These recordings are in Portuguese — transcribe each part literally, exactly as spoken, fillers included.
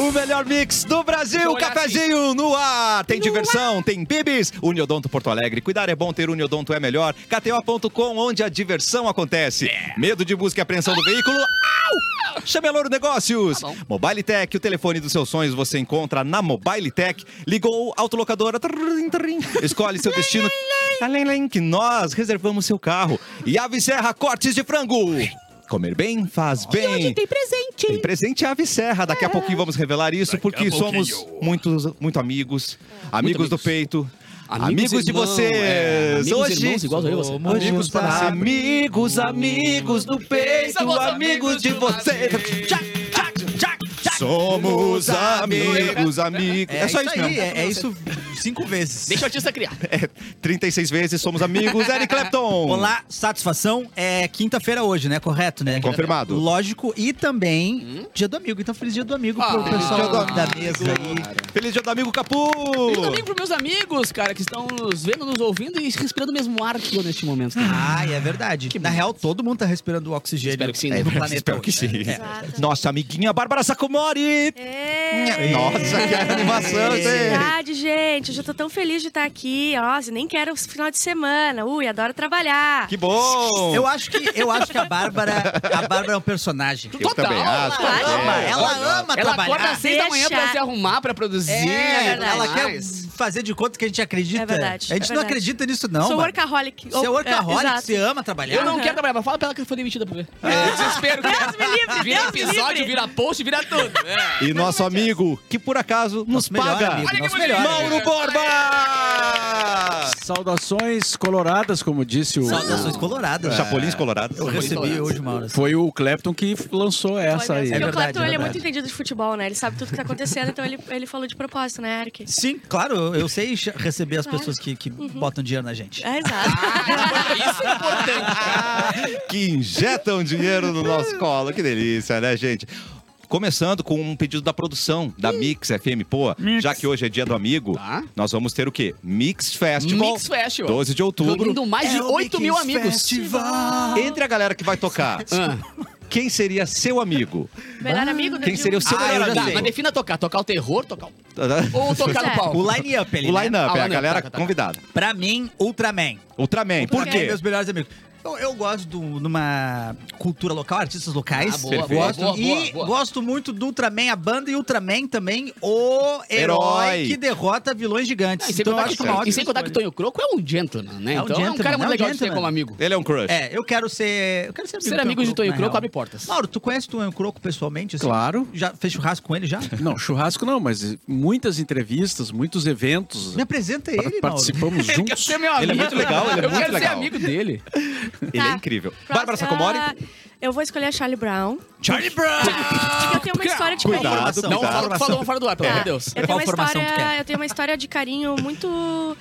O melhor mix do Brasil, cafezinho assim. No ar. Tem no diversão, ar. Tem bibis. Uniodonto Porto Alegre. Cuidar é bom, ter Uniodonto é melhor. K T O ponto com, onde a diversão acontece. Yeah. Medo de busca e apreensão do veículo? Au! Chame a Louro Negócios. Tá Mobile Tech, o telefone dos seus sonhos você encontra na Mobile Tech. Ligou, autolocadora. Trim, trim. Escolhe seu destino. Além que nós reservamos seu carro. E Ave Serra Cortes de Frango. Comer bem faz bem. E hoje tem presente. Tem presente Ave Serra. Daqui é. a pouquinho vamos revelar isso, Daqui porque somos muitos, muito amigos. É. Amigos muito do peito. Amigos, amigos de vocês. É, amigos hoje irmãos, igual eu, você. Amigos, para amigos, amigos do peito. Amigos, amigos de vocês. Somos amigos, amigos. É, é só isso, isso mesmo. É, é isso cinco vezes. Deixa o artista criar. É, trinta e seis vezes somos amigos. Eric Clapton. Olá, satisfação. É quinta-feira hoje, né? Correto, né? Confirmado. Lógico. E também hum? Dia do Amigo. Então, feliz Dia do Amigo ah, pro pessoal do da mesa aí. Cara. Feliz Dia do Amigo, Capu. Feliz Dia do Amigo pros meus amigos, cara, que estão nos vendo, nos ouvindo e respirando o mesmo ar que eu neste momento. Ah, é verdade. Que Na real, todo mundo tá respirando o oxigênio. Espero que sim, né? No planeta. Espero que sim. É. Nossa amiguinha Bárbara Sacomori. É. Nossa, que animação, gente. Verdade, gente. Eu já tô tão feliz de estar aqui. Nossa, nem quero o final de semana. Ui, adoro trabalhar. Que bom. Eu acho que, eu acho que a Bárbara, a Bárbara é um personagem. Eu Total, também acho. Ela é. ama, ela ama ela trabalhar. Ela acorda às seis da manhã pra se arrumar, pra produzir. É, é ela quer fazer de conta que a gente acredita. É verdade. A gente é não acredita nisso, não. Sou mano. workaholic. Você é workaholic, é, você ama trabalhar. Eu não uhum. quero trabalhar, mas fala pra ela que foi demitida pra ver. É. Desespero. Deus me livre, vira Deus episódio, livre. vira post, vira tudo. É. E nosso amigo, que por acaso nos nosso paga, amigo, nosso melhor, Mauro Borba! Saudações coloradas, como disse o... Saudações coloradas. É. Chapulins colorados. Eu recebi colorados. hoje, Mauro. Foi o Clapton que lançou essa aí. Porque É verdade, o Clapton, é ele é verdade. muito entendido de futebol, né? Ele sabe tudo que tá acontecendo, então ele, ele falou de propósito, né, Eric? Sim, claro, eu, eu sei receber as Claro. pessoas que, que Uhum. botam dinheiro na gente. É, exato. Isso é importante. Que injetam dinheiro no nosso colo. Que delícia, né, gente? Começando com um pedido da produção, da Mix F M. Pô, Mix. já que hoje é dia do amigo, Tá. nós vamos ter o quê? Mix Festival. Mix Festival. doze de outubro. Reunindo mais de É o oito mil Mix amigos. Festival. Entre a galera que vai tocar, Ah. quem seria seu amigo? Melhor amigo do Quem seria o seu Ah, melhor eu já amigo? sei. Mas defina tocar. Tocar o terror, tocar o... Ou tocar Pois no é. palco. O line-up ali, O né? line-up, Ah, o é a line-up, galera tá, tá, tá. convidada. Pra mim, Ultraman. Ultraman, por Ultraman. quê? Meus melhores amigos. Eu, eu gosto de uma cultura local, artistas locais. Ah, boa, boa, gosto, boa, e boa, boa. gosto muito do Ultraman, a banda, e Ultraman também, o herói, Herói. que derrota vilões gigantes. Ah, e sem Então eu contar acho que, uma ótima e sem contar que escolha. Tonho Croco é um gentleman, né? É um então é um gentleman, cara é muito um legal de ter gentleman. como amigo. Ele é um crush. É, eu quero ser. Eu quero ser amigo Ser do amigo de Tonho na Croco real. abre portas. Mauro, tu conhece o Tonho Croco pessoalmente? assim? Claro. Já fez churrasco com ele já? Não, churrasco não, mas muitas entrevistas, muitos eventos. Me apresenta ele, Mauro. Participamos Ele quer juntos. ser meu amigo. Ele é muito legal, ele é eu muito quero ser legal. amigo dele. Ele é Tá. incrível. Próximo, Bárbara Sacomori? ah, eu vou escolher a Charlie Brown. Charlie Brown! Porque eu tenho uma história de Cuidado, carinho. Formação, Não, cuidado. fala, falou fora do ar, pelo amor de Deus. Eu tenho, Qual uma formação tu história, quer? eu tenho uma história de carinho muito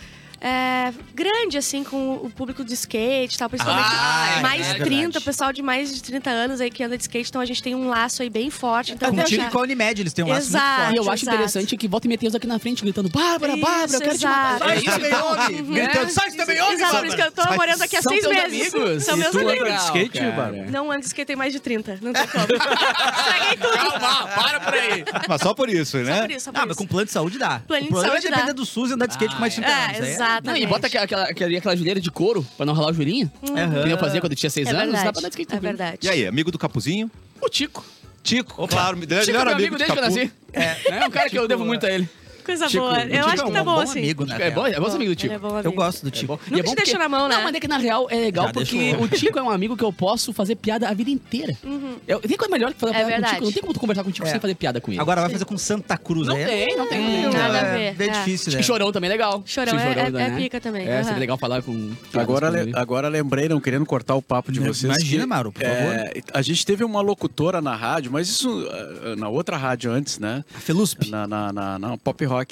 é, grande, assim, com o público do skate e tal. Principalmente Ah, é, mais é trinta, verdade. o pessoal de mais de trinta anos aí que anda de skate. Então a gente tem um laço aí bem forte. Então, eu Contigo já- e com a Unimed, eles têm um laço Exato. muito E forte. eu acho exato. interessante que volta e meia tem uns aqui na frente gritando Bárbara, Isso, Bárbara, eu quero te matar. exato. É Sai isso, também, então. homem! Gritando, sai também, homem! Exato, por isso que eu tô Sai- namorando aqui há São seis teus meses. amigos? São E meus tu anda amigos. de skate, cara. Bárbara? Não ando de skate tem mais de trinta. Não tem como. Estraguei tudo. Calma, para por aí. Mas só por isso, né? Só por isso, só por Ah, mas isso. com plano de saúde dá. Plano de o problema saúde é depender dá. do SUS e andar de skate com mais de trinta anos. É, aí exato. Não, e bota aquela, aquela, aquela, aquela joelheira de couro pra não ralar o joelhinho. Aham. Que eu fazia quando eu tinha seis É anos. Dá pra verdade. andar de skate É tranquilo. verdade. E aí, amigo do Capuzinho? O Tico. Tico, claro, melhor Tico é meu amigo de desde que eu Capu. nasci. É, é um cara que eu devo muito a ele. Coisa Tico, boa. o Eu Tico acho é que um tá bom, bom assim. amigo, né? É bom, é bom ser amigo do Ele Tico. é bom Eu amigo. gosto do É Tico. bom. E Nunca é bom te deixou porque- na mão, né? Não, mas é que na real é legal Já porque deixou. o Tico é um amigo que eu posso fazer piada a vida inteira. Eu, tem coisa melhor que fazer É piada com o verdade. Tico. Não tem como tu conversar com o Tico É. sem fazer piada com ele. Agora vai fazer com Santa Cruz, Não né? tem, não tem. Hum, não tem. nada a É, ver. bem É. difícil, né? E Chorão também é legal. Chorão Sim, é- é- né? é pica também, É, aham. seria legal falar com... Agora, com le- ele. agora lembrei, não querendo cortar o papo de Não, vocês. imagina, que, Mauro, por é, a gente teve uma locutora na rádio, mas isso ah, na outra rádio antes, né? A Felusp. Na, na, na, na Pop Rock,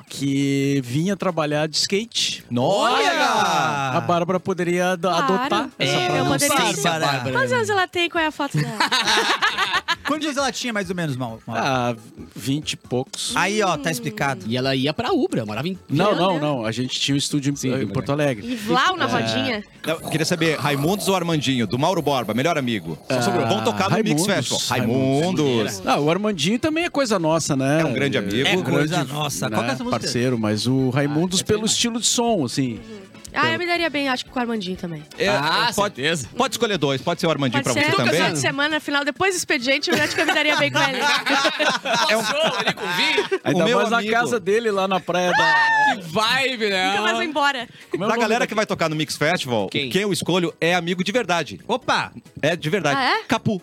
que vinha trabalhar de skate. Olha! A Bárbara poderia ad- Claro. adotar essa É, frase. eu Não poderia sei ser. se a Bárbara- Quantos anos ela tem? Qual é a foto dela? Quantos anos ela tinha, mais ou menos, Mal? Ah, vinte e poucos. Aí, ó, tá explicado. E ela ia pra Ubra, morava em... Não, não, não. A gente tinha um estúdio em, Sim, em Porto Alegre. E Vlau na rodinha. Eu queria saber, Raimundos ou Armandinho? Do Mauro Borba, melhor amigo. Só sobrou. Vão tocar no Mix Festival. Raimundos. Ah, o Armandinho também é coisa nossa, né? É um grande amigo. É um coisa grande, nossa. né, Qual que é essa música? parceiro, mas o Raimundos pelo estilo de som, assim. Ah, eu me daria bem, acho que com o Armandinho também. É, Ah, pode, certeza. pode escolher dois. Pode ser o Armandinho Pode pra ser você também. final de semana, final, depois do expediente, eu acho que eu me daria bem com ele. É um... ali com vinho. Ainda O meu mais amigo- na casa dele, lá na praia da... Que vibe, né? Nunca mais vou embora. Como é o Pra nome galera da- que vai tocar no Mix Festival, Quem? quem eu escolho é amigo de verdade. Opa! É de verdade. Ah, é? Capu.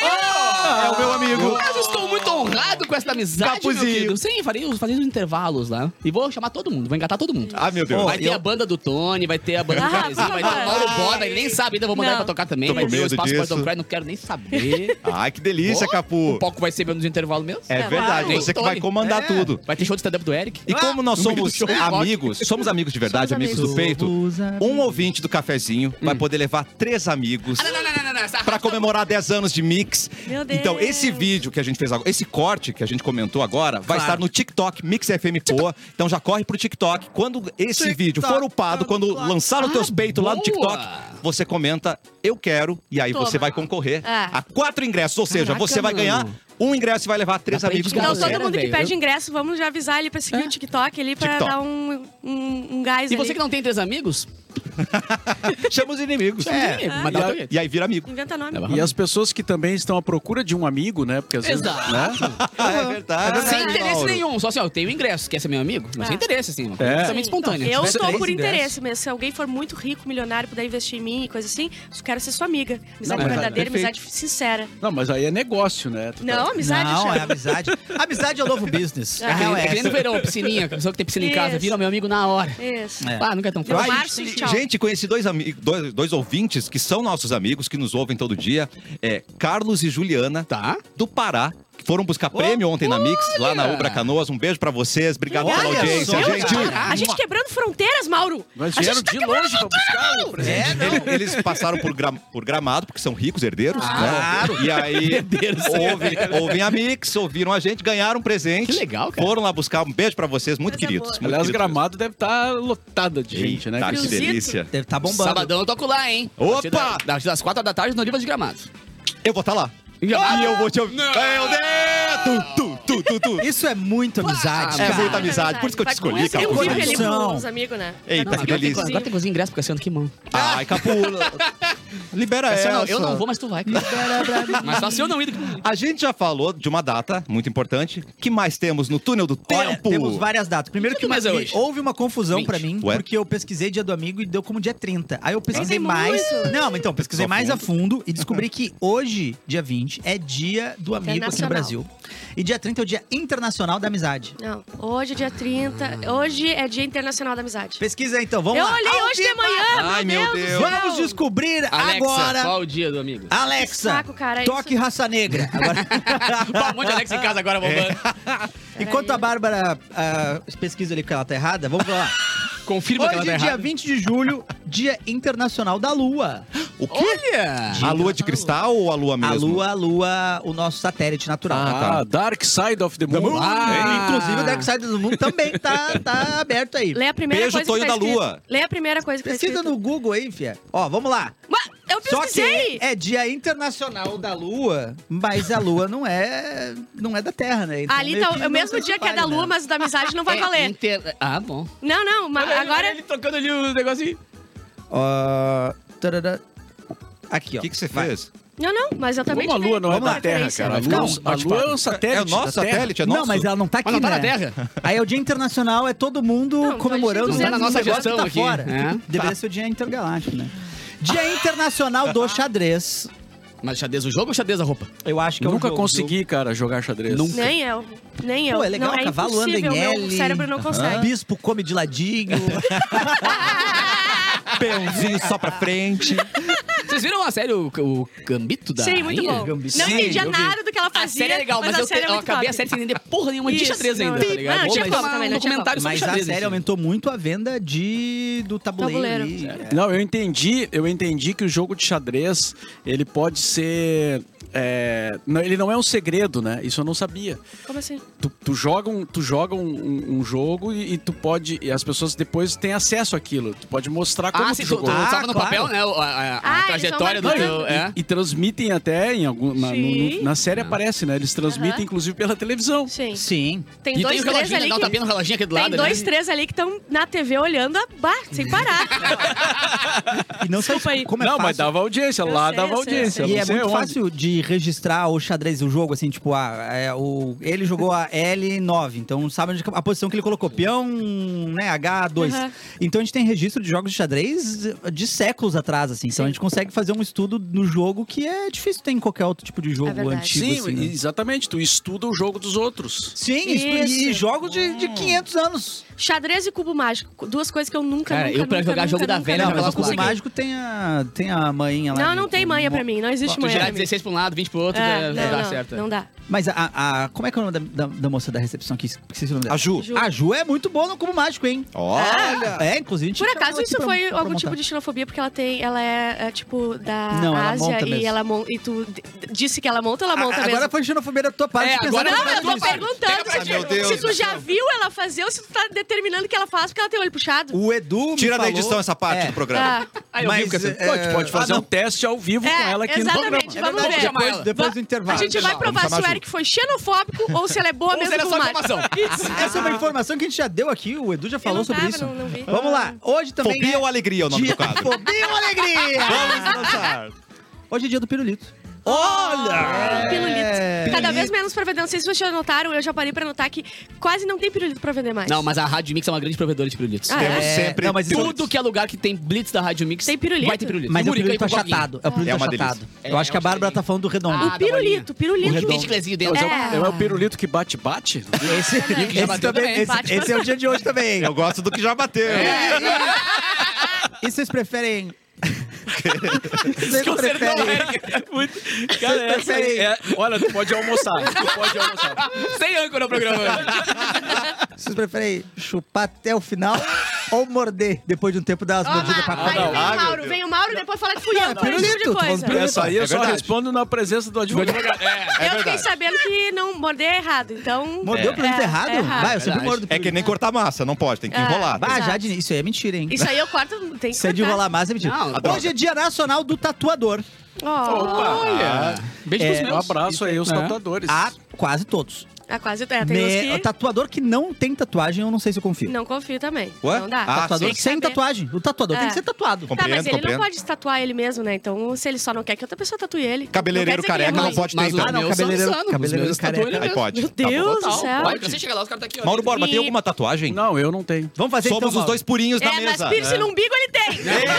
É o meu amigo. Eu estou muito honrado com essa amizade, Capuzinho. meu querido. Sim, farei os, farei os intervalos lá. E vou chamar todo mundo, vou engatar todo mundo. Ah, meu Deus. Vai ter eu- a banda do Tony, vai ter a banda do Ah, Frezinho, vai ter o Mauro Borba, ele nem sabe, ainda vou mandar Não. ele pra tocar também. Tô Vai com ter o medo espaço disso. para Don't Cry, não quero nem saber. Ai, que delícia, Oh, Capu. O palco vai ser nos intervalos mesmo. É É, verdade, vai. você que Tony. vai comandar É. tudo. Vai ter show de stand-up do Eric. E como nós No meio do somos show, rock. amigos, somos amigos de verdade, Somos amigos amigos. do peito, Somos amigos. um ouvinte do cafezinho vai poder levar três amigos Ah, não, não, não, não, não, não. Essa pra arrasta- comemorar dez anos de Mix. Meu Deus. Então, esse vídeo que a gente fez agora, esse corte que a gente comentou agora, vai Claro. estar no TikTok, Mix F M Poa. Então já corre pro TikTok. Quando esse TikTok, vídeo for upado, quando lançar nos teus peitos lá no boa. TikTok, você comenta, eu quero, e aí Toma. você vai concorrer É. a quatro ingressos. Ou seja, Caraca, você vai ganhar mano. um ingresso e vai levar três Dá pra ir amigos de com Então, você. galera. todo mundo que velho. pede ingresso, vamos já avisar ele pra seguir o TikTok ali pra TikTok. dar um, um, um gás E ali. você que não tem três amigos? Chama os inimigos. É, mas dá E a- pra ver. E aí vira amigo. Inventa nome. E as pessoas que também estão à procura de um amigo, né? Porque às vezes, Exato. né? Ah, é verdade. Sem interesse Mauro. nenhum. Só assim, ó, eu tenho ingresso. Quer ser meu amigo? Mas Ah. sem interesse, assim. Uma coisa É. totalmente espontânea. Eu tivesse tô três por ingressos. interesse mesmo. Se alguém for muito rico, milionário, puder investir em mim e coisa assim, eu quero ser sua amiga. Amizade mas é verdadeira, perfeito. amizade sincera. Não, mas aí é negócio, né? Tu tá- Não, amizade. Não, Xande. é amizade. Amizade é o novo business. É. A É que, real nem- é é que nem no essa. verão, piscininha. A pessoa que tem piscina em casa Isso. vira meu amigo na hora. Isso. É. Ah, nunca é tão Meu fácil. Márcio, tchau. Gente, conheci dois, amigos, dois, dois ouvintes que são nossos amigos, que nos ouvem todo dia. É Carlos e Juliana, Tá. do Pará, que foram buscar prêmio ontem na Mix, lá na Ubra Canoas. Um beijo pra vocês. Obrigado pela Olha audiência, só, gente. cara. A gente quebrando fronteiras, Mauro. Mas A vieram gente tá de quebrando longe pra buscar o presente. É, não. Ele- Eles passaram por, gra- por Gramado, porque são ricos, herdeiros. Claro. Né? E aí, Herdeiros. ouvem, ouvem a Mix, ouviram a gente, ganharam um presente. Que legal, cara. Foram lá buscar. Um beijo pra vocês, muito Coisa queridos. boa. Muito Aliás, queridos. Gramado deve estar lotada de gente, né? Tá, que Friozito. delícia. Deve estar bombando. Sabadão eu toco lá, hein? Opa! A partir da- da- Das quatro horas da tarde no Oliva de Gramado. Eu vou estar lá. Em Gramado? E eu vou te ouvir. Meu Deus! Tu, tu, tu, tu. Isso é muito amizade, É cara. muita amizade, por isso que eu te Vai com escolhi, essa, Eu Capu. vivo ali Conexão. com os amigos, né? Eita, Não, que agora, tem, delícia. agora tem cozinha ingresso pro Cassiano, que mão. Ai, Capu, libera essa. Cassiano, eu não vou, mas tu vai. Mas só se eu não ir. A gente já falou de uma data muito importante. O que mais temos no túnel do Olha, tempo? temos várias datas. Primeiro Que que dia mais é me- hoje? houve uma confusão vinte. pra mim, Ué? porque eu pesquisei dia do amigo e deu como dia trinta. Aí eu pesquisei Tem mais. muito. Não, mas então, pesquisei Só mais fundo. a fundo e descobri que hoje, dia vinte, é dia do amigo aqui no Internacional. Brasil. E dia trinta é o dia internacional da amizade. Não, hoje é dia trinta. Hoje é dia internacional da amizade. Pesquisa aí então, vamos Eu lá. olhei Ao hoje de vivo! manhã, Ai, meu meu Deus. Deus. do céu. Vamos descobrir Alexa, agora. qual o dia do amigo? Alexa, Saco, cara, é toque isso. raça negra. Agora, Pá, um monte de Alexa em casa agora, bombando. enquanto a Bárbara ah, pesquisa ali que ela tá errada, vamos lá. Confirma que ela Hoje, tá dia errada. vinte de julho, dia internacional da Lua. O quê? Olha! A lua de cristal ou a lua mesmo? A Lua, a Lua, o nosso satélite natural. Ah, Dark Side of the Moon. Ah, inclusive o Dark Side do Mundo também tá, tá aberto aí. Lê a primeira Beijo, coisa Tonho que tá da escrito. Lua. Lê a primeira coisa que tá Pesquisa escrito. no Google aí, fia. Ó, vamos lá. Mas eu Só que pesquisei. é dia internacional da Lua, mas a Lua não é, não é da Terra, né? Então, Ali meio tá que o não mesmo tanto dia que é vale, da Lua, né? mas da amizade não vai É valer. inter- Ah, bom. Não, não, mas Olha agora... ele trocando ali o negocinho. Ó, tarará. Aqui, ó. O que, que você Vai. fez? Não, não, mas eu também Como a tive Lua não é Vamos da lá, Terra, referência. cara. A Vai Lua, ficar um a Lua é um satélite. É o nosso da Terra. satélite, é nosso. Não, mas ela não tá aqui, Mas não tá né? na Terra. Aí é o dia internacional, é todo mundo Não, comemorando. então a gente tá na nossa um negócio gestão que tá aqui. fora. É. Deveria ser o dia intergaláctico, né? Dia internacional do xadrez. Mas xadrez o jogo ou xadrez a roupa? Eu acho que é o Nunca jogo- consegui, cara, jogar xadrez. Nunca. Nem eu, nem eu. Pô, é legal, não, é cavalo anda em impossível, L. meu cérebro não consegue. Bispo come de ladinho. Peãozinho só pra frente. Vocês viram a série, o, o Gambito da Sim, muito Rainha? bom. Gambito. Não Sim, entendia eu vi. nada do que ela A fazia. série é legal, mas, a eu, série é eu muito acabei top. a série sem entender porra nenhuma de Isso, xadrez não, ainda, não. tá ligado? Não, Bom, tinha mas como também, um não tinha documentário sobre Mas a xadrez. série assim. aumentou muito a venda de do tabuleiro. Tabuleiro. ali. É. Não, eu entendi, eu entendi que o jogo de xadrez, ele pode ser é, não, ele não é um segredo, né? Isso eu não sabia. Como assim? Tu, tu joga, um, tu joga um, um- um jogo e, e tu pode... E as pessoas depois têm acesso àquilo. Tu pode mostrar como Ah, tu sim, tu, jogou. tu Ah, salva no claro. papel, né? o- A, a- a Ah, eles trajetória do vão teu. marcando. É. E transmitem até em algum... Na, no- Sim. no- na série aparece, né? Eles transmitem, Aham. inclusive, pela televisão. Sim. Sim. Tem E dois, tem o três reloginho, ali dá um que... tapinha no reloginho aqui do Tem lado. dois, né? três ali que estão na T V olhando a bar, sem parar. E não sei Desculpa aí. como é não, fácil. mas dava audiência. Eu Lá sei, dava eu sei, eu audiência. E não é sei muito onde. fácil de registrar o xadrez, o jogo, assim, tipo, ah, é, o, ele jogou a L nove, então sabe onde, a posição que ele colocou, peão, né, H dois. Uhum. Então a gente tem registro de jogos de xadrez de séculos atrás, assim. Então a gente consegue fazer um estudo no jogo que é difícil ter em qualquer outro tipo de jogo É verdade. antigo, Sim, assim, né? exatamente. Tu estuda o jogo dos outros. Sim, isso, e Isso. jogos de, de quinhentos anos. Xadrez e cubo mágico. Duas coisas que eu nunca, Cara, nunca, eu pra nunca, jogar nunca, jogo da nunca, velha, Não, nunca mas o negócio cubo lá. mágico tem a, tem a manhinha lá. Não, de- não tem manha pra mim. Não existe Tu manha gerar pra mim. dezesseis pra um lado, vinte pro outro, É, dá, não, dá não, certo. não dá. Mas a, a- como é que é o nome da, da, da moça da recepção aqui? Esqueci o nome dela. A Ju. Ju. A Ju é muito boa no cubo mágico, hein? Olha! É, inclusive. a gente Por chama acaso ela aqui isso pra- foi pra algum montar. tipo de xenofobia, porque ela tem, ela é, é, tipo da Não, ela Ásia monta e mesmo. ela monta e tu d- d- disse que ela monta, ela A- monta Agora mesmo. foi xenofobia da tua parte. É, pensar agora nessa Não, eu tô coisa. perguntando Ah, meu Deus se tu do já céu. viu ela fazer ou se tu tá determinando que ela faz porque ela tem o olho puxado. O Edu me Tira da falou- edição essa parte É. do programa. Ah, Aí eu Mas, vi que você... é, Pode, pode fazer ah, um não. teste ao vivo É, com ela aqui exatamente, no vamos programa. ver. chamar Depois, ela. depois Va- do intervalo. a gente vai Vamos provar chamar se o a Ju. Eric foi xenofóbico ou se ela é boa Ou mesmo se ela é com só mágica. informação. Essa é uma informação que a gente já deu aqui, o Edu já falou não sobre tava, isso. não- não vi. Vamos lá, hoje também Fobia é ou alegria é o nome dia- do quadro? Fobia ou alegria? Vamos lançar. Hoje é dia do pirulito. Olha! Pirulito. Cada vez menos pra vender. Não sei se vocês já notaram, eu já parei pra notar que quase não tem pirulito pra vender mais. Não, mas a Rádio Mix é uma grande provedora de pirulitos. Ah, Temos é? sempre Não, mas isso- pirulitos. Tudo que é lugar que tem blitz da Rádio Mix Tem pirulito. vai ter pirulito. Mas E é o Murica pirulito e Coquinha. achatado. É o pirulito É uma achatado. delícia. Eu acho que a É, Bárbara eu tá falando do redondo. Ah, O pirulito, pirulito. O redondo. Tem chiclezinho dentro. Mas é, É. o, não é o pirulito que bate-bate? Esse, que já esse, bateu também, também. esse, Bate esse é o dia de hoje também. Eu gosto do que já bateu. E vocês preferem... vocês Que preferem... acertou, Eric. Muito... Cara, essa preferem- é... Olha, tu pode almoçar. Tu pode almoçar. Sem âncora no programa. Vocês preferem chupar até o final ou morder depois de um tempo dar as mordidas pra Vai, cá? vem Ah, o meu Mauro, Deus. vem o Mauro, depois fala que fui Não, eu é que falei esse tipo pirulito, de tô coisa. falando Essa aí eu É só verdade. respondo na presença do advogado. eu fiquei verdade. sabendo que não morder é errado, então... Mordeu o pirulito É, errado? é errado. Vai, eu sempre Verdade. mordo o É que pirulito. nem cortar massa, não pode, tem que É. enrolar. Bah, Exato. já de... Isso aí é mentira, hein? Isso aí eu corto, tem que Isso é de cortar. enrolar massa, é mentira. Não, droga. Hoje é dia nacional do tatuador. Oh, Olha. Beijo pros É, Um meus. abraço aí aos É. tatuadores. A quase todos. é quase... É, tem Me- uns que Tatuador que não tem tatuagem, eu não sei se eu confio. não confio também. Ué? Não dá. Ah, Tatuador Tem que sem saber. tatuagem. O tatuador tem É. que ser tatuado. Com- Tá, mas Compreendo, ele compreendo. não pode se tatuar ele mesmo, né? Então, se ele só não quer que outra pessoa tatue ele. Cabeleireiro não quer dizer que careca ele é não ruim. pode ter, Mas então. os Ah, não, meus cabeleireiro- são insanos. cabeleireiro Os meus careca. tatuam ele Aí mesmo. pode. Meu Tá bom. Deus do Total. céu. Vai, quando você chegar lá, os caras tá aqui, ó. Mauro Borba, E- tem alguma tatuagem? Não, eu não tenho. Vamos fazer Somos então, os dois purinhos na É, mas mesa. piercing no umbigo ele tem.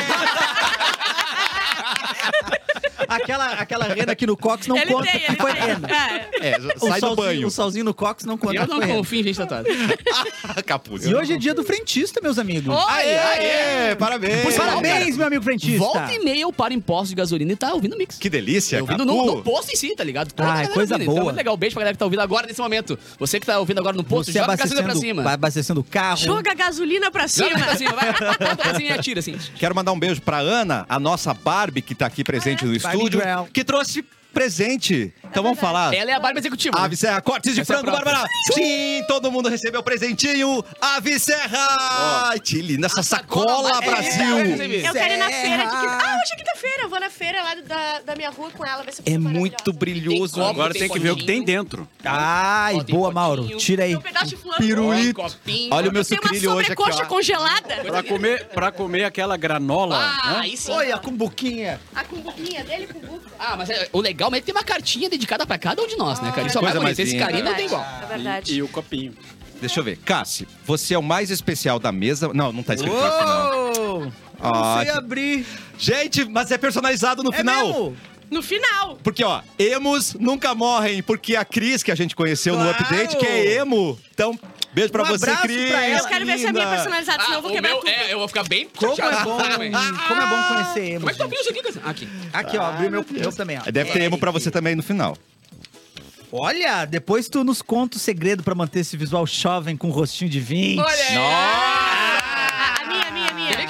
Aquela, aquela renda aqui no cox não ele conta tem, que ele foi tem. renda. É. É, O sai do solzinho, banho. o solzinho no cox não conta Eu que não foi renda. confio em gente tatuada. Capuz. E hoje é dia do frentista, meus amigos. Aê, aê, parabéns. Por sinal, Parabéns, meu amigo frentista. Volta e meia eu paro em posto de gasolina e tá ouvindo o Mix. Que delícia, Ouvindo Capu. no, no posto em si, tá ligado? Toda a Ai, galera coisa ouvindo. Então é boa. muito legal. Beijo pra galera que tá ouvindo agora nesse momento. Você que tá ouvindo agora no posto, Você joga a gasolina abastecendo, pra cima. abastecendo o carro. Joga gasolina pra cima. Joga pra cima, vai. Bota pra cima e atira, assim. Quero mandar um beijo pra Ana, a nossa Barbie que tá aqui presente no Barbie estúdio, Girl. que trouxe presente. Então vamos falar. Ela é a barba executiva. Ave Serra, cortes de Essa é a frango, própria. Bárbara. Sim, todo mundo recebeu presentinho. Ave Serra. Ai, que linda essa sacola, sacola, Brasil. é, Eu quero ir na feira de Serra. quinta. Ah, hoje é quinta-feira. Eu vou na feira lá da, da minha rua com ela. Ver se eu É fico muito maravilhosa. brilhoso. Tem copo, Agora tem que ver o que tem dentro. Ai, Ó, tem boa, potinho. Mauro. Tira aí. Tem um pedaço de flor. Pirulito. Ó, copinho. Olha o meu Tem uma sucrilho hoje aqui, sobrecoxa ó. congelada. Pra comer, pra comer aquela granola, Ah, né? aí sim. Olha, com buquinha. A cumbuquinha dele, cumbuca. Ah, mas é, o legal é que tem uma cartinha dedicada pra cada um de nós, né, cara? Isso é o mais Coisa mais bonito. Esse linda. carinho não tem igual. É verdade. E o copinho. Deixa eu ver. Cassi, você é o mais especial da mesa. Não, não tá escrito assim, não. Uou! Ah, Não sei que- abrir. Gente, mas é personalizado no É final. mesmo? No final. Porque, ó, emos nunca morrem, porque a Cris, que a gente conheceu no Claro. update, que é emo. Então, beijo pra Um você, abraço Cris. pra ela. Eu quero ver se é minha personalizada, senão eu vou o quebrar meu, tudo. é, eu vou ficar bem Como é chateado bom, também. como é bom conhecer emo. Como é que tá gente. abrindo isso aqui, cara? Aqui. Aqui, ó, abri meu, meu também, ó. Deve ter emo pra você também no final. Olha, depois tu nos conta o segredo pra manter esse visual jovem com rostinho de vinte. Olha aí! A, a minha, a minha, a minha. Quer ver que o meu vai ser essa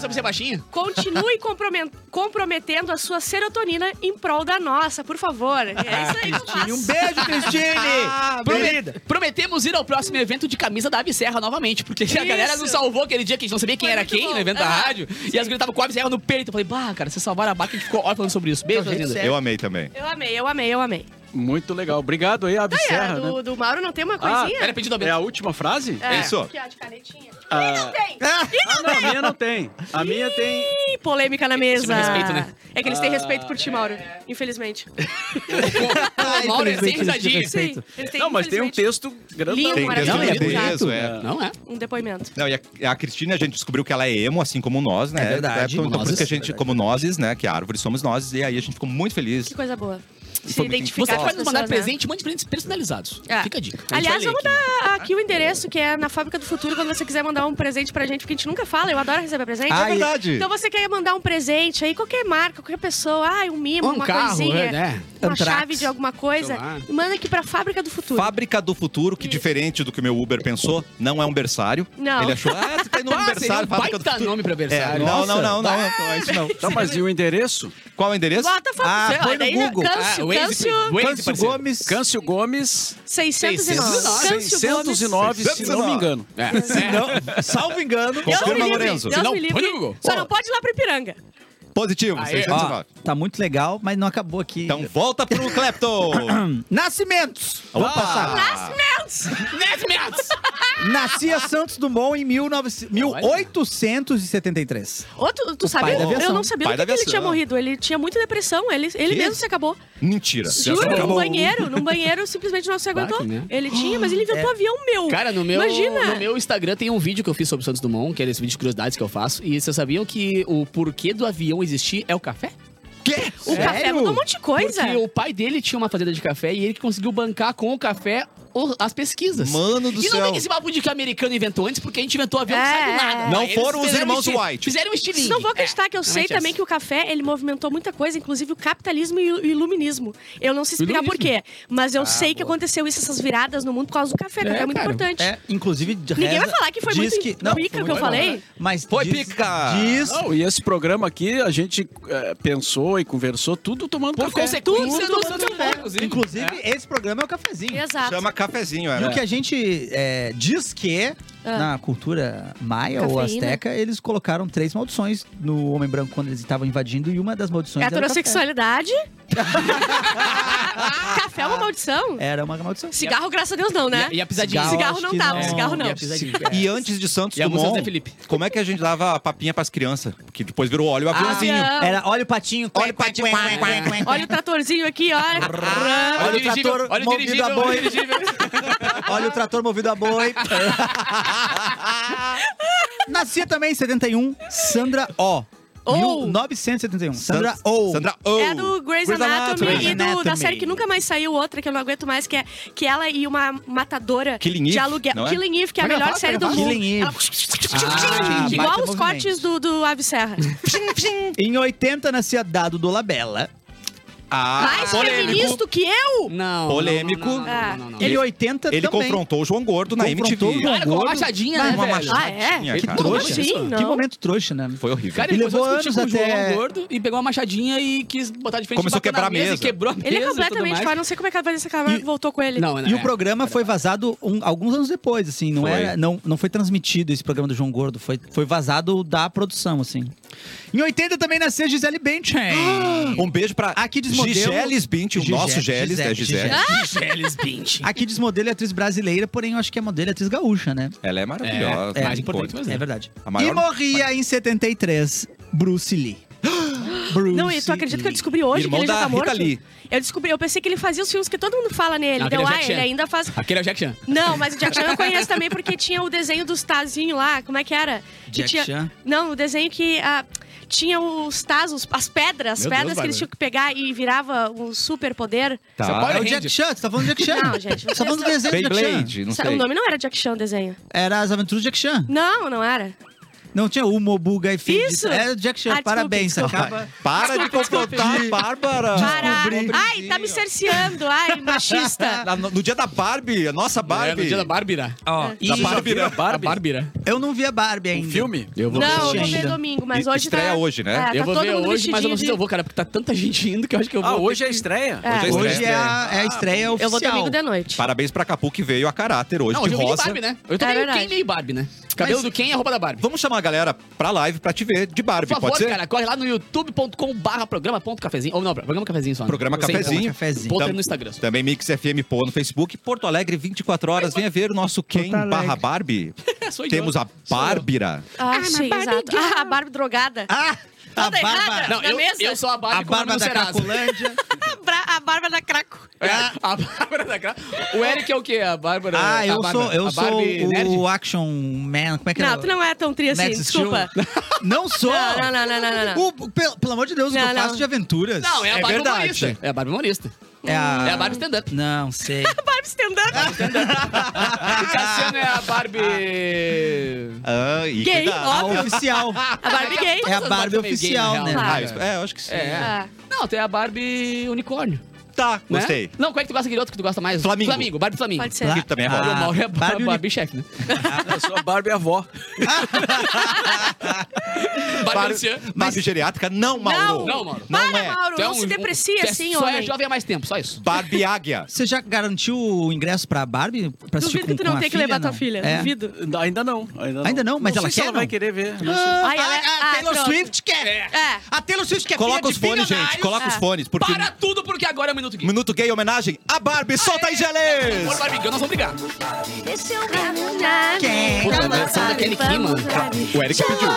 por ser baixinha? Continue compromet- comprometendo a sua serotonina em prol da nossa, por favor. É isso aí que eu faço. Um beijo, Cristine! Promet- Prometemos ir ao próximo evento de camisa da Abserra novamente, porque a galera Isso. nos salvou aquele dia que a gente não sabia quem Foi era muito quem bom. no evento da Ah, rádio. E as gurias estavam com a Abserra no peito. Eu falei, bah, cara, vocês salvaram a barca, a gente ficou horas falando sobre isso. Beijo, É o jeito linda. certo. Eu amei também. Eu amei, eu amei, eu amei. Muito legal. Obrigado aí, Daí, Abserra, a do, né? do Mauro não tem uma Ah, coisinha? Era pedido ao É a Bento. última frase? É, Isso. Aqui, ó, de canetinha. Ah. Ih, não tem! Ah, não, a minha não tem. A minha tem... Ih, polêmica na mesa. Esse respeito, né? É que eles têm Ah, respeito por ti, Mauro. Infelizmente. O Mauro é sem infelizmente, eles têm risadinha. respeito. Sim, eles têm, Não, mas tem um infelizmente, texto grandão. Lindo, Tem maravilhoso. texto Não, de é peso, bonito. é. Não é? um depoimento. Não, e a, a Cristina, a gente descobriu que ela é emo, assim como nós, né? É verdade. Então, então por isso que a gente, Verdade. como nozes, né? Que a árvore somos nós. E aí a gente ficou muito feliz. Que coisa boa. Se foi- identificar Você com pode as nos mandar pessoas, né? presente, um monte de presentes personalizados. É. Fica a dica. A gente Aliás, vai ler vamos aqui. dar aqui o endereço, que é na Fábrica do Futuro, quando você quiser mandar um presente pra gente, porque a gente nunca fala, eu adoro receber presente. Ah, É verdade. Então você quer mandar um presente aí, qualquer marca, qualquer pessoa, ah, um mimo, Um uma carro, coisinha, né? uma Antrax. chave de alguma coisa, Sei lá. manda aqui pra Fábrica do Futuro. Fábrica do Futuro, que diferente do que o meu Uber pensou, não é um berçário. Não. Ele achou, ah, tu tá indo no Ah, seria berçário, um Fábrica do baita Futuro. nome pra É, berçário. não, não, Nossa. não, não, não é isso não. Tá, mas e o endereço? Qual é o endereço? Bota Fábrica, Ah, sei lá, põe no daí, Google. Câncio, Ah, Waze, Câncio Waze, Câncio parceiro. Gomes. Câncio Gomes, seiscentos e nove. seiscentos e nove. Câncio seiscentos e nove, se não me engano. É. Se não, salvo engano. Deus Confirma, me livre, Lorenzo. Deus Se não, me livre. põe no Google. Só Ó. não pode ir lá pro Ipiranga. Positivo, Aê. seiscentos e nove. Ó, tá muito legal, mas não acabou aqui. Então volta pro Clapton. Nascimentos. Vou Opa. passar. Nascimentos! Nascia Santos Dumont em mil oitocentos e setenta e três. Ô, tu, tu O sabe? pai da aviação. Eu não sabia Pai do da que, que ele aviação. tinha morrido. Ele tinha muita depressão. Ele, ele Que? mesmo se acabou. Mentira. Juro, num acabou. banheiro. Num banheiro, simplesmente não se aguentou. Claro que, né? Ele tinha, mas ele inventou avião meu. Cara, no meu, Imagina. no meu Instagram tem um vídeo que eu fiz sobre o Santos Dumont, que é esse vídeo de curiosidades que eu faço. E vocês sabiam que o porquê do avião existir é o café? Quê? O café Sério? mudou um monte de coisa. Porque o pai dele tinha uma fazenda de café e ele que conseguiu bancar com o café o- as pesquisas. Mano do e não céu. vem esse papo de que o americano inventou antes, porque a gente inventou avião que É, sai do nada. é. Não Eles foram os fizeram irmãos um esti- White. Fizeram um estilingue. Não vou acreditar que eu É, sei realmente também essa. que o café, ele movimentou muita coisa, inclusive o capitalismo e o iluminismo. Eu não sei explicar por quê, mas eu sei que aconteceu isso, essas viradas no mundo por causa do café. O café é, É, muito cara. importante. É, inclusive, de Ninguém reza, vai falar que foi diz muito que, pica não, que foi eu muito falei. bom. Mas Foi diz, pica! Diz, Não, e esse programa aqui, a gente é, pensou e conversou tudo tomando Por café. consequência Tudo, do Santos tudo Dumont, inclusive. inclusive, esse programa é o cafezinho. Exato. Chama cafezinho, é. E o que a gente é, diz que, Ah. na cultura maia ou Cafeína. asteca, eles colocaram três maldições no Homem Branco quando eles estavam invadindo, e uma das maldições É era o café. heterossexualidade. Café é uma maldição. Era uma maldição. Cigarro, graças a Deus, não, né? E a- e a pisadinha. Cigarro, Cigarro acho não que tava, não. cigarro não. E a pisadinha. E antes de Santos E a música do Zé Dumont, Felipe. como é que a gente dava papinha pras crianças? Porque depois virou óleo e aviãozinho. Avião. Era, olha o patinho. Olha o patinho. Olha o tratorzinho aqui, olha. Olha o dirigível, trator olha o movido dirigível, a boi. olha o dirigível. Olha o trator movido a boi. Nascia também em setenta e um, Sandra Oh. Oh. mil novecentos e setenta e um. Sandra Oh. Sandra Oh. É do Grey's Grey's Anatomy, Anatomy. e do- da Anatomy. série que nunca mais saiu, outra que eu não aguento mais, que é que ela e uma matadora Killing de Eve, aluguel. não é? Killing Eve, que é a Como é que melhor ela série do fala? mundo. Killing Eve. Ela- Ah, Igual baita os movimento. cortes do, do Ave Serra. Em oitenta nascia Dado Dolabella. Ah, Mais polêmico. feminista que eu? Não. Polêmico. Não, não, não, Ah. não, não, não. Ele em oitenta Ele também. confrontou o João Gordo na M T Confrontou V. o João Cara, com uma Gordo. machadinha, Mas né, uma velho? machadinha, Ah, é? Que cara. trouxa. Sim, não. Que momento trouxa, né? Foi horrível. Cara, ele E começou a levou discutir com o anos João até- Gordo e pegou uma machadinha e quis botar de frente Começou e bater a quebrar na a mesa. E quebrou a mesa Ele é e tudo completamente mais. fora, não sei como é que a Vanessa Camargo E- voltou com ele. Não, né? E o programa foi vazado um- alguns anos depois, assim, não, Foi. era, não, não foi transmitido esse programa do João Gordo, foi, foi vazado da produção, assim. Em oitenta também nasceu Gisele Bündchen. Um beijo pra Aqui desmodelo- Gigeles Bint, o Gige- nosso Geles, é Gisele, Gisele. Gigeles Bint. Aqui diz modelo e atriz brasileira, porém eu acho que é modelo e atriz gaúcha, né? Ela é maravilhosa. É, É, mais importante, mas É é. verdade. A maior- E morria em setenta e três, Bruce Lee. Bruce Não, e tu acredita que eu Lee. descobri hoje Irmão que ele já da tá Rita morto? Lee. Eu descobri, eu pensei que ele fazia os filmes que todo mundo fala nele. Aquele Deu, é o ah, Jack Chan. ele ainda faz. Aquele é o Jack Chan. Não, mas o Jack Chan eu conheço também porque tinha o desenho dos Tazinho lá. Como é que era? Que Jack tinha... Chan? Não, o desenho que ah, tinha os Tazos, as pedras, as Meu pedras Deus, que eles Bárbara. tinha que pegar e virava um super poder. Tá. Você pode- É o Jack Chan, você tá falando do Jack Chan? Não, gente, Você tá falando do desenho do Jack Chan. Beyblade, não sei. O nome não era Jack Chan, o desenho. Era As Aventuras de Jack Chan. Não, não era. Não tinha o Mobuga e Fade. Isso. É o Jack Chan, Ah, desculpa, parabéns. desculpa. Acaba... Para de confrontar a Bárbara. Para. Descobri. Ai, tá me cerceando. Ai, machista. Na- No, no dia da Barbie, a nossa É, Barbie. no dia da Bárbara. Ó, Da e Barbie, né? A Bárbara. eu não vi a Barbie ainda. Um filme? Eu vou Não, ver eu hoje. vou ver ainda. domingo, mas E- hoje estreia tá... hoje, né? É, tá Eu vou todo ver mundo hoje, mas eu não sei se eu vestidinho vou, cara, porque tá tanta gente indo que eu acho que eu vou... Ah, ter hoje é a que- estreia? É. Hoje é a estreia. Hoje é a, é a estreia de- Eu vou oficial. domingo de noite. Parabéns pra Capu que veio a caráter hoje Não, de hoje eu vim de rosa. Barbie, né? Eu tô É meio verdade. Ken, meio Barbie, né? Cabelo Mas- do Ken e a roupa da Barbie. Vamos chamar a galera pra live pra te ver de Barbie, Por favor, pode ser? cara, corre lá no youtube ponto com barra programa ponto cafezinho. Ou não, programa cafezinho só. né? Programa Sem Cafezinho. ponto. Cafezinho. Ponto Tam- no Instagram. só. Também Mix F M Pô no Facebook. Porto Alegre, vinte e quatro horas. Venha ver o nosso Ken Alegre. barra Barbie. Sou idiota. Temos a Bárbara. Ah, sim, exato. Ah, a Barbie drogada. Ah, a Toda errada. Bárbara. Não, na eu, mesa. eu sou a Barbie A com a Bárbara da Serasa. Cracolândia. A, Bra- a Bárbara da Craco. É, a Bárbara da Cra... O Eric é o quê? A Bárbara... Ah, a eu Bárbara- sou, eu a sou Barbie nerd? o Action Man. Como é que é? Não, tu não é tão tri assim, Max desculpa. Steel? Não sou. Não, não, não, não, não, não. O- pelo, pelo amor de Deus, o que Não, eu não. faço de aventuras. Não, é a É Barbie verdade. humorista. É a Barbie humorista. É a... É a Barbie stand-up. Não, sei. A Barbie stand-up. O Cassiano é a Barbie... Ah, e Gay, cuidado. A óbvio. oficial. A Barbie gay. É a Essas Barbie Barbie meio oficial, gay, na né? real. Ah, isso- é, eu acho que sim. É. Ah. Não, tem a Barbie unicórnio. Tá, né? gostei. Não, qual é que tu gosta aquele outro que tu gosta mais? Flamingo. Flamingo, Barbie Flamingo. Pode ser. Aqui também é Ah, rosa. E o Mauro é a Barbie Barbie, uni- Barbie chefe, né? Eu sou a Barbie avó. Barbie anciã. Barbie geriátrica? Não, Mauro. Não, Mauro. Não Para, é. Mauro, Tu é não um- se deprecia tu é- assim, Só homem. é jovem há mais tempo, só isso. Barbie águia. Você já garantiu o ingresso pra Barbie? Pra assistir Duvido com, que tu não com a tem que filha, levar tua não? filha. É. Duvido. Ainda não. Ainda não, Ainda não? Mas não ela sei se quer, ela vai não? querer ver. Não sei. Ai, ela é- a, ah, Taylor pronto. Swift quer. É. A Taylor Swift quer Coloca filha os de fones, gente. bilionários. Coloca os Ah. fones. Porque Para tudo, porque agora é o Minuto Gay. Minuto Gay homenagem a Barbie. Solta aí, Geles! Por Barbie, nós vamos brigar. Esse é o meu Quem? Puta, a versão daquele clima. O Eric pediu.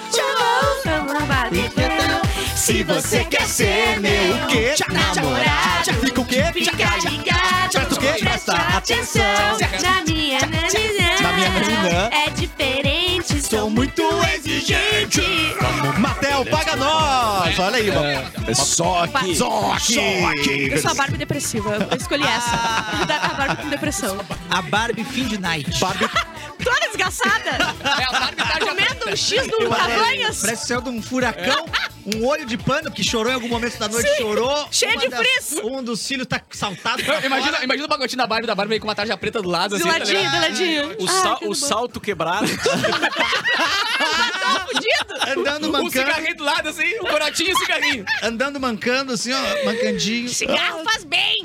Se você quer ser meu o quê? namorado, Fica o quê? fica ligado, Presta o quê? presta atenção. Na minha nananã, Na minha nananã. é diferente, sou muito exigente. Matel, paga nós! Olha aí, mano. É só aqui. Só aqui. Eu sou a Barbie depressiva, eu escolhi essa. Da- A Barbie com depressão. A Barbie Fim de Night. Barbie. Toda desgraçada. É a Barbie tarde Comendo um X no Cabanhas. Parece que saiu de um furacão, um olho de pano, que chorou em algum momento da noite, Sim. chorou. Cheio Uma de das- frizz. Um dos filhos tá saltado pra Imagina, fora. imagina o pacotinho da Barbie, da Barbie aí com uma tarja preta do lado, De assim, tá ladinho, ligado? de ladinho. O, Ah, sal- tudo o bom. salto quebrado. Tá fudido. Andando Um mancando, cigarrinho do lado, assim, um corotinho e um cigarrinho. andando mancando, assim, ó, mancandinho. Cigarro faz bem.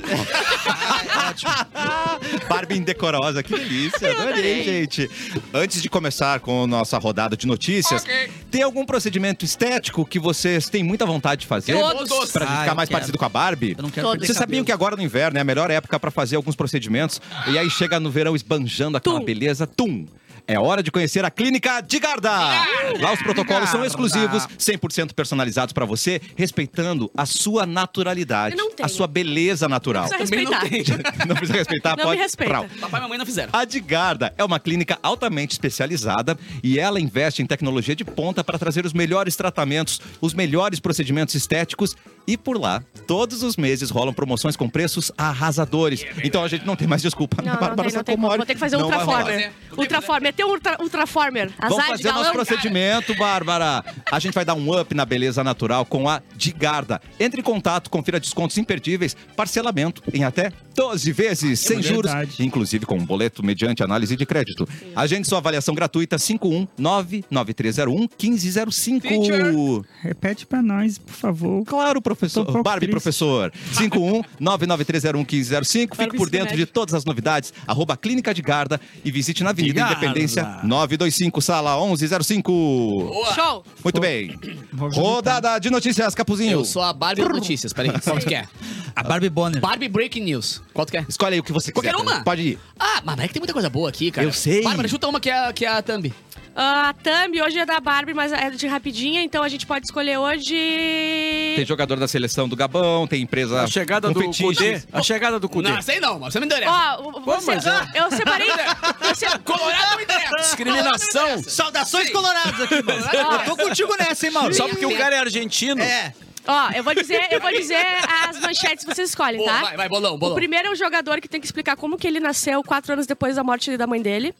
Barbie indecorosa, que delícia. Adorei, gente. Antes de começar com a nossa rodada de notícias, Ok. tem algum procedimento estético que vocês têm muita vontade de fazer? Todos. Pra Ah, ficar eu mais quero. parecido com a Barbie? Eu não quero Todos. perder Vocês sabiam cabelo. que agora no inverno é a melhor época pra fazer alguns procedimentos? E aí chega no verão esbanjando aquela Tum. beleza, tum! É hora de conhecer a Clínica Digarda. Lá os protocolos são Digarda. exclusivos, cem por cento personalizados pra você, respeitando a sua naturalidade, Eu não tenho. a sua beleza natural. Precisa Também não respeitar. Não precisa respeitar, Não pode. me respeita. Prau. Papai e mamãe não fizeram. A Digarda é uma clínica altamente especializada e ela investe em tecnologia de ponta para trazer os melhores tratamentos, os melhores procedimentos estéticos e por lá, todos os meses rolam promoções com preços arrasadores. Então a gente não tem mais desculpa. Não, não Bárbara tem, não tem como. Sacomori, Vou ter que fazer um não vai rolar. Ultraformer. Ultraformer. Tem um ultra, Ultraformer. Vamos Azar de fazer nosso galão. procedimento, Bárbara. A gente vai dar um up na beleza natural com a Digarda. Entre em contato, confira descontos imperdíveis, parcelamento em até doze vezes, sem juros, verdade. inclusive com um boleto mediante análise de crédito. Agende sua avaliação gratuita cinco um nove nove três zero um um cinco zero cinco. Teacher. Repete pra nós, por favor. Claro, professor. Tô um pouco Barbie, triste. professor. cinco um nove nove três zero um um cinco zero cinco. Fique Barbie por dentro de Skinhead. todas as novidades. Arroba Clínica Digarda e visite na Avenida Digarda. Independência nove dois cinco, sala onze zero cinco. Boa. Show. Muito bem. Vou visitar. Rodada de notícias, Capuzinho. Eu sou a Barbie das notícias, peraí. Qual tu quer? A Barbie Bonner. Barbie Breaking News. Qual tu quer? Escolhe aí o que você quiser. Qualquer uma? Pode ir. Ah, mas é que tem muita coisa boa aqui, cara. Eu sei. Bárbara, chuta uma que é, que é a Thumb. A Thumb hoje é da Barbie, mas é de rapidinha, então a gente pode escolher hoje... Tem jogador da seleção do Gabão, tem empresa A chegada com do fetiche. Cudê. A chegada do Cudê. Não, sei não, mas você me interessa. Ó, o- você, mas é. eu separei... eu se- Colorado não interessa. Discriminação. Colorado não interessa. Saudações Sim. colorados aqui, mano. Eu tô contigo nessa, hein, Mauro? Só porque o cara é argentino. É. Ó, eu vou dizer, eu vou dizer as manchetes que vocês escolhem, Boa, tá? vai, vai, bolão, bolão. O primeiro é o jogador que tem que explicar como que ele nasceu quatro anos depois da morte da mãe dele.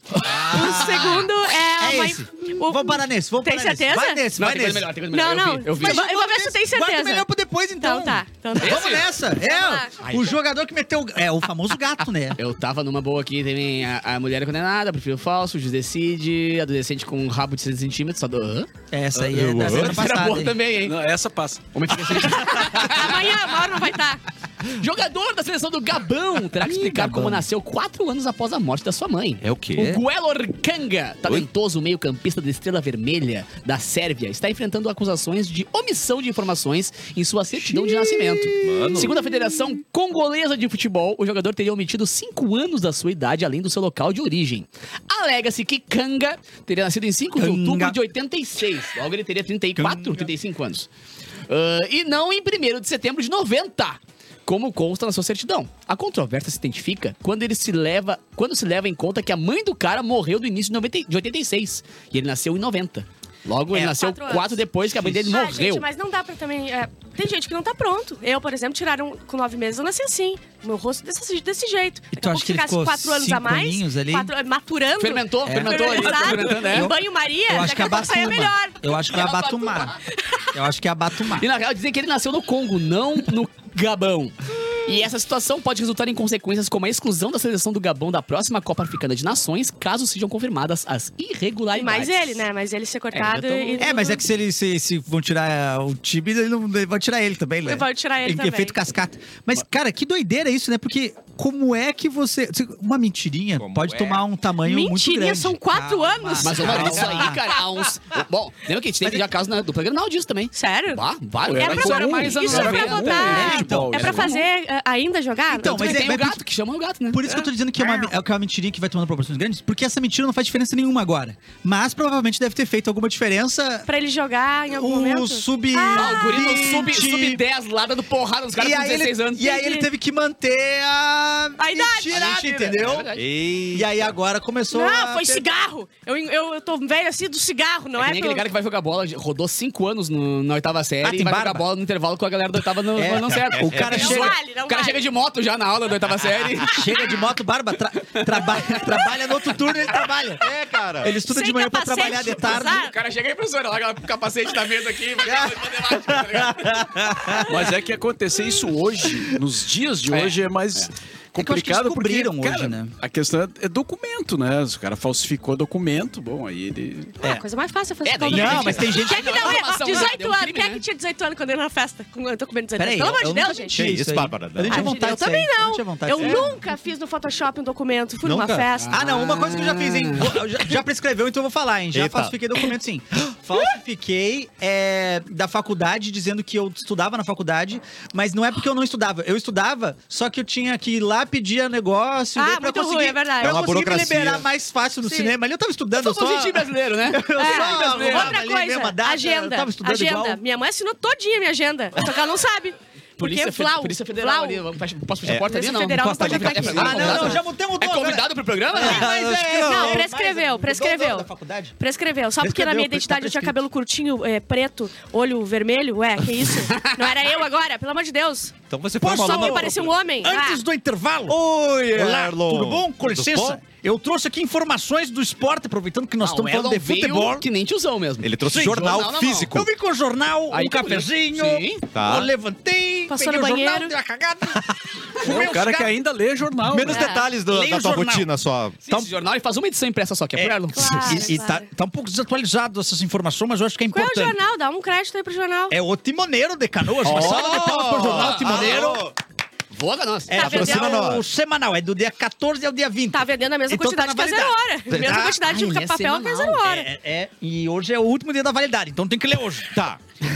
O segundo é... a É mãe- esse. o- Vamos parar nesse, vamos Tem parar nesse. certeza? Vai nesse, Não, vai tem coisa nesse. melhor, tem coisa melhor. Não, não. Eu vi, eu vi. Mas eu vou ver se tu tem Guarda certeza. o melhor pra depois, então. Então tá, então tá. Vamos nessa. lá. É, o jogador que meteu... É, o famoso gato, né? Eu tava numa boa aqui, também a, a mulher é condenada, perfil falso, o juiz decide, adolescente com um rabo de sessenta centímetros, só do... Hã? Essa aí é da semana Era passada. boa hein? também, hein? Não, essa passa. Homem fica sem... Amanhã, uma hora não vai estar. Jogador da seleção do Gabão terá que explicar Gabão. como nasceu quatro anos após a morte da sua mãe. É o quê? O Guelor Kanga, talentoso meio-campista da Estrela Vermelha da Sérvia, está enfrentando acusações de omissão de informações em sua certidão de nascimento. Mano. Segundo a Federação Congolesa de Futebol, o jogador teria omitido cinco anos da sua idade, além do seu local de origem. Alega-se que Kanga teria nascido em cinco de Kanga. outubro de oitenta e seis. Logo ele teria trinta e quatro, trinta e cinco anos. Ah, e não em primeiro de setembro de noventa. Como consta na sua certidão. A controvérsia se identifica quando ele se leva, quando se leva em conta que a mãe do cara morreu no início de, noventa, de oitenta e seis e ele nasceu em noventa. Logo, ele É, nasceu quatro quatro anos. depois que a mãe dele Ah, morreu. gente, mas não dá pra também... é, tem gente que não tá pronto. Eu, por exemplo, tiraram com nove meses, eu nasci assim. Meu rosto desse, desse jeito. E tu acha que ele ficasse ficou quatro anos cinco a mais, aninhos ali? quatro- maturando. Fermentou, fermentou ali, Fermentado, fermentando, é. em banho-maria, Eu acho daqui que é a pouco saia Abatuma. melhor. Eu acho que é Abatuma. Eu acho que é Abatuma. E na real, dizem que ele nasceu no Congo, não no Gabão. E essa situação pode resultar em consequências como a exclusão da seleção do Gabão da próxima Copa Africana de Nações, caso sejam confirmadas as irregularidades. Mas ele, né? Mas ele ser cortado É, eu tô- e... É, mas é que se ele se, se vão tirar o time, ele não ele vai tirar ele também, né? Vai tirar ele Em também. efeito cascata. Mas, cara, que doideira isso, né? Porque como é que você... Uma mentirinha Como pode é? tomar um tamanho muito Mentirinha, grande. são quatro Calma, anos. Mas, ô, mano, isso aí, calma. cara, há uns... Bom, lembra que a gente teve já caso na dupla Grenal disso também. Sério? Bah, vai, É era, pra, isso era mais anos isso é pra noventa. botar... É, então, é pra isso. fazer eh, ainda jogar? Então, Mas mas tem é- o mas gato, que chama o gato, né? Por isso que eu tô dizendo que é uma, é que é uma mentirinha que vai tomando proporções grandes, porque essa mentira não faz diferença nenhuma agora. Mas provavelmente deve ter feito alguma diferença Pra ele jogar em algum o momento? sub... Ah, o guri no sub, vinte. sub dez lá dando porrada nos caras E com aí, dezesseis ele, anos. e aí ele teve que manter a... A idade. mentira, A mentira, entendeu? é verdade. Ei. E aí agora começou a... Não, foi ter- cigarro. Eu, eu, eu tô velho assim do cigarro, não É é? que nem aquele pelo- cara que vai jogar bola, rodou cinco anos no- na oitava série Ah, e tem vai barba? jogar bola no intervalo com a galera da oitava no, É. não certo. O cara Não chega... vale, não O cara vale. chega de moto já na aula da oitava série. Chega de moto, barba, tra- trabalha, trabalha no outro turno, ele trabalha. É, cara. Ele estuda Sem de manhã pra capacete, trabalhar de tarde. azar. O cara chega aí, professora, lá com o capacete da mesa aqui, vai fazer matemática, tá ligado? Mas é que acontecer isso hoje, nos dias de É, hoje, é mais É que eu acho que complicado porque, descobriram hoje, cara, né? a questão é documento, né? Se o cara falsificou documento, bom, aí ele... É. A coisa mais fácil é fazer É, daí- qualquer Não, mas tem gente Quem é que Não, deu não, informação, né? dezoito Deu um anos? crime, Quem é né? que tinha dezoito anos quando ele na festa? Com- Eu tô comendo dezoito anos. Peraí, Pelo amor eu de nunca Deus, menti gente. Que isso, aí. Bárbara? Eu nem tinha Ah, vontade eu disso aí. também Eu não. não tinha vontade Eu disso aí. nunca fiz no Photoshop um documento. Fui numa Nunca? festa. Ah, não, uma coisa que eu já fiz, hein? Vou- Já, já prescreveu, então eu vou falar, hein? Já Eita. falsifiquei documento, sim. Falsifiquei é, da faculdade, dizendo que eu estudava na faculdade, mas não é porque eu não estudava. Eu estudava, só que eu tinha que ir lá pedir negócio. Ah, daí pra muito conseguir, ruim, é verdade. Pra É uma eu conseguir me burocracia. liberar mais fácil no Sim. cinema. Ali eu tava estudando, eu Sou só... jeitinho brasileiro, né? Eu É. só arrumava Outra ali, coisa, mesma data, eu agenda. tava estudando Agenda. igual. Minha mãe assinou todinha minha agenda. Só que ela não sabe. Polícia, Porque Fe- Flau, Polícia Federal Flau. ali. Vamos fechar- Posso fechar É. a porta ali? Polícia Não, Federal não não pode pode entrar aqui. Ah, não, não, já mudou, mudou. É convidado pro programa? É, né? mas acho que é, não, é, prescreveu, mas- prescreveu. Da faculdade? Prescreveu. Só porque na Prescreveu, minha tá identidade eu tinha prescrito. cabelo curtinho, é, preto, olho vermelho. Ué, que isso? Não era eu agora, pelo amor de Deus. Então você foi Posso uma Só aluna... porque parecia um homem. Antes Ah, do intervalo. Oi, Olá, Erlon. tudo bom? Com Tudo licença. bom? Eu trouxe aqui informações do esporte, aproveitando que nós Ah, o estamos falando Erlon de futebol. veio que nem tiozão mesmo. Ele trouxe Sim, jornal, jornal na físico. Eu vim com o jornal, Aí um tá bonito. cafezinho, Sim. Tá. eu levantei, Passou peguei no o jornal, banheiro. dei uma cagada, É fumei o um cara que cigarro. ainda lê jornal. Menos É. detalhes do- Leia da o tua jornal. rotina, sua... Sim, esse jornal ele faz uma edição impressa só, que é, É. pro Erlon. Claro. E, e tá, tá um pouco desatualizado essas informações, mas eu acho que é qual é o importante. jornal? Dá um crédito aí pro jornal. É o Timoneiro de Canoas, uma salva de palmas pro jornal Timoneiro. Alô. Voga nós. É, Tá patrocina vendendo- nós. o semanal, é do dia quatorze ao dia vinte. Tá vendendo a mesma Então tá quantidade na que a zero validade. hora. Mesma Ah, quantidade de ai, é papel que a zero semanal. hora. É, é, e hoje é o último dia da validade, então tem que ler hoje. Tá.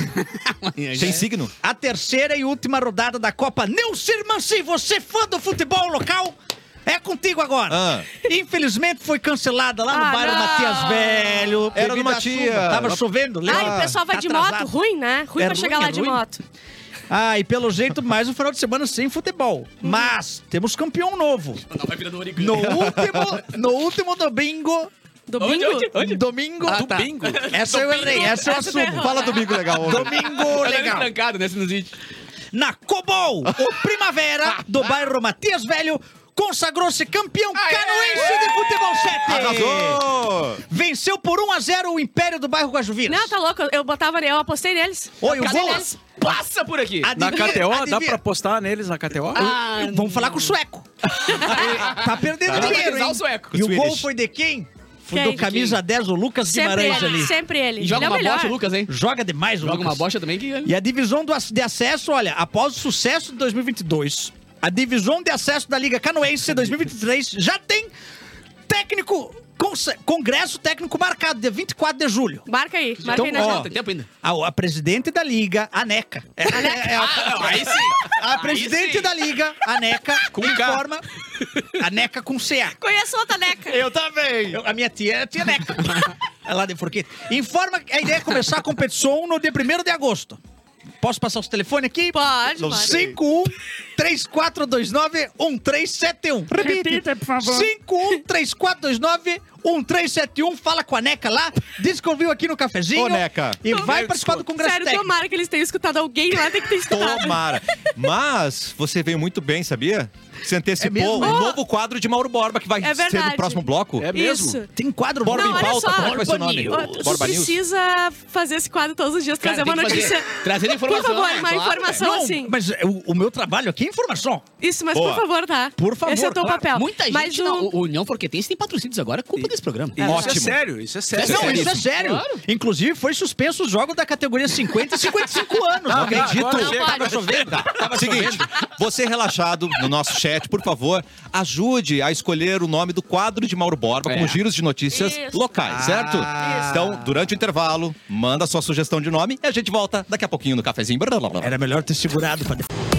Sem signo? A terceira e última rodada da Copa Neucir Mansi, você fã do futebol local? É contigo agora. Ah. Infelizmente foi cancelada lá no Ah, bairro não. Matias Velho. Era devido no à Matias. chuva. Tava chovendo, lembra? Ah, e o pessoal vai Tá de atrasado. moto. Ruim, né? Ruim É pra chegar ruim, lá é de ruim. moto. Ah, e pelo jeito, mais um final de semana sem futebol. Mas temos campeão novo. Não vai virando origami. No último, no último domingo, Domingo? Onde, onde, onde? Domingo. Ah, tá. Bingo. Essa eu errei, essa eu Essa tu assumo. errou. Fala domingo legal. homem. Domingo Eu legal. trancado, né, no vídeo. Na Cobol, o Primavera, do bairro Matias Velho, consagrou-se campeão canoense de futebol sete. Arrasou! Venceu por um a zero o Império do bairro Guajuviras. Não, tá louco. Eu botava, eu apostei neles. Oi, o Cadê gol. eles? Passa por aqui. Na Adivinha- K T O, dá adivinha- pra apostar neles na K T O? Ah, Vamos falar com o sueco. tá perdendo Tá. dinheiro, Valorizar hein? o sueco. E o Swedish. gol foi de quem? Foi Quem? do camisa dez, o Lucas Sempre Guimarães ele, ali. sempre ele. E joga Ele é o uma melhor. bocha, Lucas, hein? Joga demais o Joga Lucas. uma bocha também que... E a divisão do ac- de acesso, olha, após o sucesso de dois mil e vinte e dois, a divisão de acesso da Liga Canoense dois mil e vinte e três já tem técnico, conse- congresso técnico marcado, dia vinte e quatro de julho. Marca aí, marca Então, aí na ó, agenda. Tem tempo ainda. A, a presidente da Liga, a NECA. É, é a, Ah, aí sim. a presidente sim. da Liga, a NECA, Com K. informa. A NECA com C A. Conheço outra Neca. Eu também. Eu- a minha tia é a tia Neca. É lá de Forqueta. Informa que a ideia é começar a competição no dia primeiro de agosto. Posso passar os telefones aqui? Pode, Não pode. sei. cinco um três quatro dois nove um três sete um. Repita, por favor. cinco um três quatro dois nove um três sete um. Fala com a NECA lá. Diz que ouviu aqui no cafezinho. Ô, Neca. E vai participar do Congresso Sério, Técnico. tomara que eles tenham escutado. Alguém lá tem que ter escutado. Tomara. Mas você veio muito bem, sabia? Você antecipou mesmo? um Oh! novo quadro de Mauro Borba, que vai É ser no verdade. próximo bloco. É mesmo? Isso. Tem quadro Borba Não, em olha pauta, só. como é que vai ser o nome? Borba Ô, Tu Borba News? precisa fazer esse quadro todos os dias, Cara, trazer uma tem que notícia. fazer- trazer informação, Por favor, né? uma Claro, informação Não, assim. mas o, o meu trabalho aqui é informação. Isso, mas Boa. por favor, tá? Por favor, Esse é o teu claro. papel. Muita gente, mas não, o... o União Forquetense tem patrocínios agora, culpa desse programa. Isso Ótimo. é sério, isso é sério. Não, sério isso é isso? sério. Claro. Inclusive, foi suspenso os jogos da categoria cinquenta e cinquenta e cinco anos. Ah, não tá, acredito. agora Não chega. pode. Tava chovendo. Tava Seguinte, você relaxado no nosso chat, por favor, ajude a escolher o nome do quadro de Mauro Borba É. com giros de notícias Isso. locais, Ah. certo? Isso. Então, durante o intervalo, manda sua sugestão de nome e a gente volta daqui a pouquinho no cafezinho. Era melhor ter segurado pra...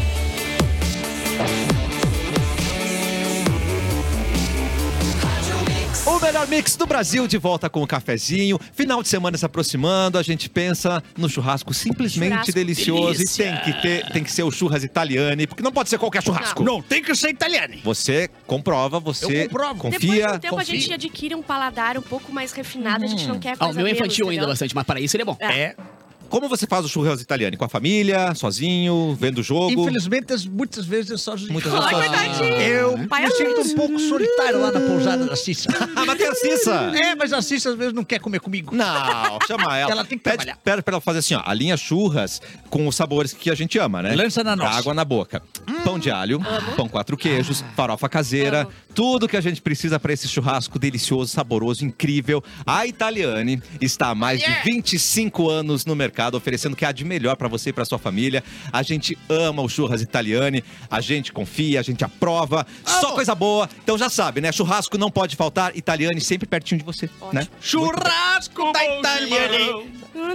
O melhor mix do Brasil de volta com o cafezinho. Final de semana se aproximando, a gente pensa no churrasco simplesmente Churrasco. delicioso. Delícia. E tem que ter, tem que ser o churras italiani, porque não pode ser qualquer churrasco. Não, tem que ser italiano. Você comprova, você Eu comprovo. Depois confia. de um tempo a confia. gente adquire um paladar um pouco mais refinado, a gente não quer Ah, coisa o meu é menos, infantil ainda entendeu? bastante, mas para isso ele é bom. É. Como você faz o churras italiani? Com a família, sozinho, vendo o jogo? Infelizmente, as- muitas vezes eu só... Muitas vezes Ai, sozinho. coitadinho. Eu Pai me é sinto luz. um pouco solitário lá na pousada da Cissa. Ah, mas tem a Cissa. É, mas a Cissa às vezes não quer comer comigo. Não, chama ela. Ela tem que Pede, trabalhar. pede pra ela fazer assim, ó, a linha churras com os sabores que a gente ama, né? Lança na nossa. Água na boca. Pão de alho, pão quatro queijos, farofa caseira, Amo. tudo que a gente precisa pra esse churrasco delicioso, saboroso, incrível. A Italiani está há mais de vinte e cinco anos no mercado, oferecendo o que há de melhor pra você e pra sua família. A gente ama o churras Italiani, a gente confia, a gente aprova. Só coisa boa. Então já sabe, né? Churrasco não pode faltar, Italiani sempre pertinho de você, né? Churrasco da Italiane.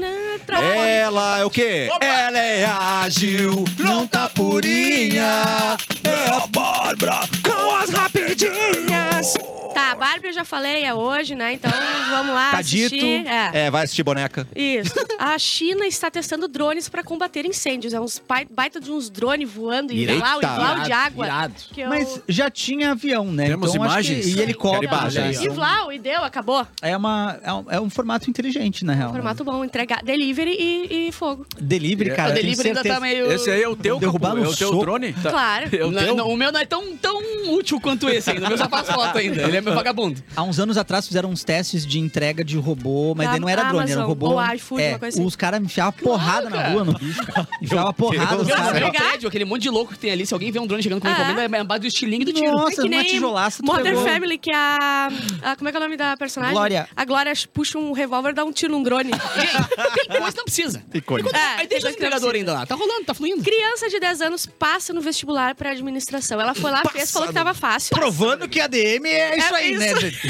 Ela é o quê? Ela é ágil, não tá purinha. É a Bárbara com as rapidinhas. Tá, Barbie eu já falei, é hoje, né? Então vamos lá Tá assistir. dito. É. É, vai assistir boneca. Isso. A China está testando drones para combater incêndios. É uns pai- baita de uns drones voando e Eita. lá o ivlau de Irado, água. irado. Que eu... Mas já tinha avião, né? Temos então, acho imagens? que- E helicóptero. Quero imagens. já. Ivlau, e deu, acabou. É, uma, é, um, é um formato inteligente, na real. Formato bom, entregar delivery e, e fogo. né? Delivery, cara. o tenho delivery ainda certeza. tá meio... Esse aí é o teu, Derrubar Capu? no É o teu soco. drone? Tá. Claro. É o Não, teu? não, o meu não é tão, tão útil quanto esse ainda. O meu só faz foto ainda. Ele é meu vagabundo. Há uns anos atrás fizeram uns testes de entrega de robô, mas Da daí não era drone, era um Amazon, robô. ou iFood, é, uma coisa assim. Os caras enfiavam porrada na rua no bicho. Enfiava porrada nos Deus. Meu, caras. meu prédio, aquele monte de louco que tem ali, se alguém vê um drone chegando com uma Ah. encomenda, é a base do estilingue do tiro. Nossa, É que numa nem tijolaça tu Modern pegou. Family, que a, a... Como é que é o nome da personagem? Glória. A Glória puxa um revólver e dá um tiro num drone. Gente, tem coisa que não precisa. Icônico. É, Aí deixa tem os coisa que não entregadores precisa. ainda lá. Tá rolando, tá fluindo. Criança de dez anos passa no vestibular para administração. Ela foi lá, fez, falou que tava fácil. Provando que a D M é isso É aí, né, isso. gente?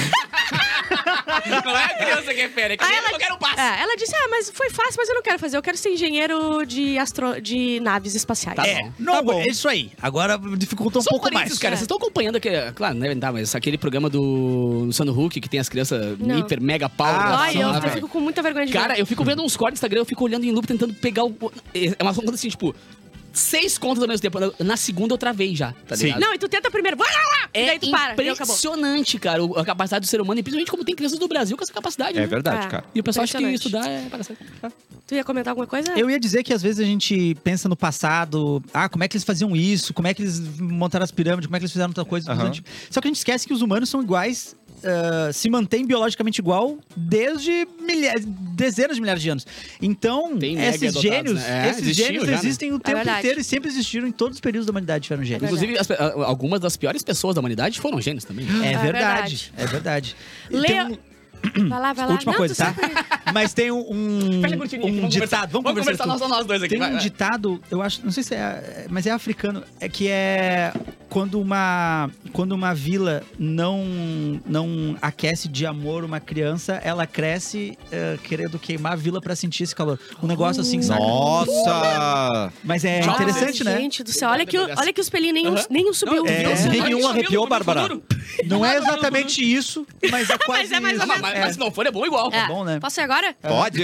Não é a criança que é fera, é que Aí eu quero um passo. É, ela disse, ah, mas foi fácil, mas eu não quero fazer. Eu quero ser engenheiro de, astro... de naves espaciais. Tá É, bom. não, Tá bom. é isso aí. Agora dificulta um Só pouco parênteses, mais. cara. É. Vocês estão acompanhando aquele... Claro, não devem estar, mas aquele programa do Luciano Huck, que tem as crianças Não. hiper, mega pau. Ah, gravação Ai, eu, lá, eu velho. fico com muita vergonha de Cara, ver. eu fico vendo uns cortes no Instagram, eu fico olhando em loop, tentando pegar o... É uma coisa assim, tipo... seis contas ao mesmo tempo. Na segunda eu travei já, tá Sim. ligado? Não, e tu tenta primeiro, vai lá, lá! E É daí tu para, e acabou. impressionante, cara, o- a capacidade do ser humano, e principalmente como tem crianças do Brasil com essa capacidade, É né? verdade, É. cara. E o pessoal acha que Impressionante. estudar é bagaceiro. Tu ia comentar alguma coisa? Eu ia dizer que às vezes a gente pensa no passado, ah, como é que eles faziam isso, como é que eles montaram as pirâmides, como é que eles fizeram outra coisa. Aham. Durante... Só que a gente esquece que os humanos são iguais, ah, se mantêm biologicamente igual desde milhares, dezenas de milhares de anos. Então, Tem mega esses dotados, gênios, né? É, esses existiam gênios já, né? existem o tempo verdade. inteiro e sempre existiram em todos os períodos da humanidade tiveram gênios. É Inclusive, as pe- a- algumas das piores pessoas da humanidade foram gênios também. É, É verdade, é verdade. E tem Leo... um- Vai lá, vai lá. Última Não, coisa, tu tá? sabe- Mas tem um, um, Fecha a cortininha aqui, um vamos ditado. conversar. Vamos, Vamos conversar conversar nós, nós dois aqui. Tem vai, um vai. ditado, eu acho, não sei se é, mas é africano, é que é quando uma quando uma vila não não aquece de amor uma criança, ela cresce eh, querendo queimar a vila pra sentir esse calor. Um negócio assim, sabe? Nossa! Mas é Nossa, interessante, né? Gente do céu, olha que, o- olha que os pelinhos nem, um- Aham. nem um subiu. Não, é, não, nenhum não, arrepiou, no Bárbara. futuro. Não é exatamente isso, mas é quase Mas é mais ou isso. Mas, mas- mas se não for, é bom igual. É. bom, né? Posso ir agora? Pode?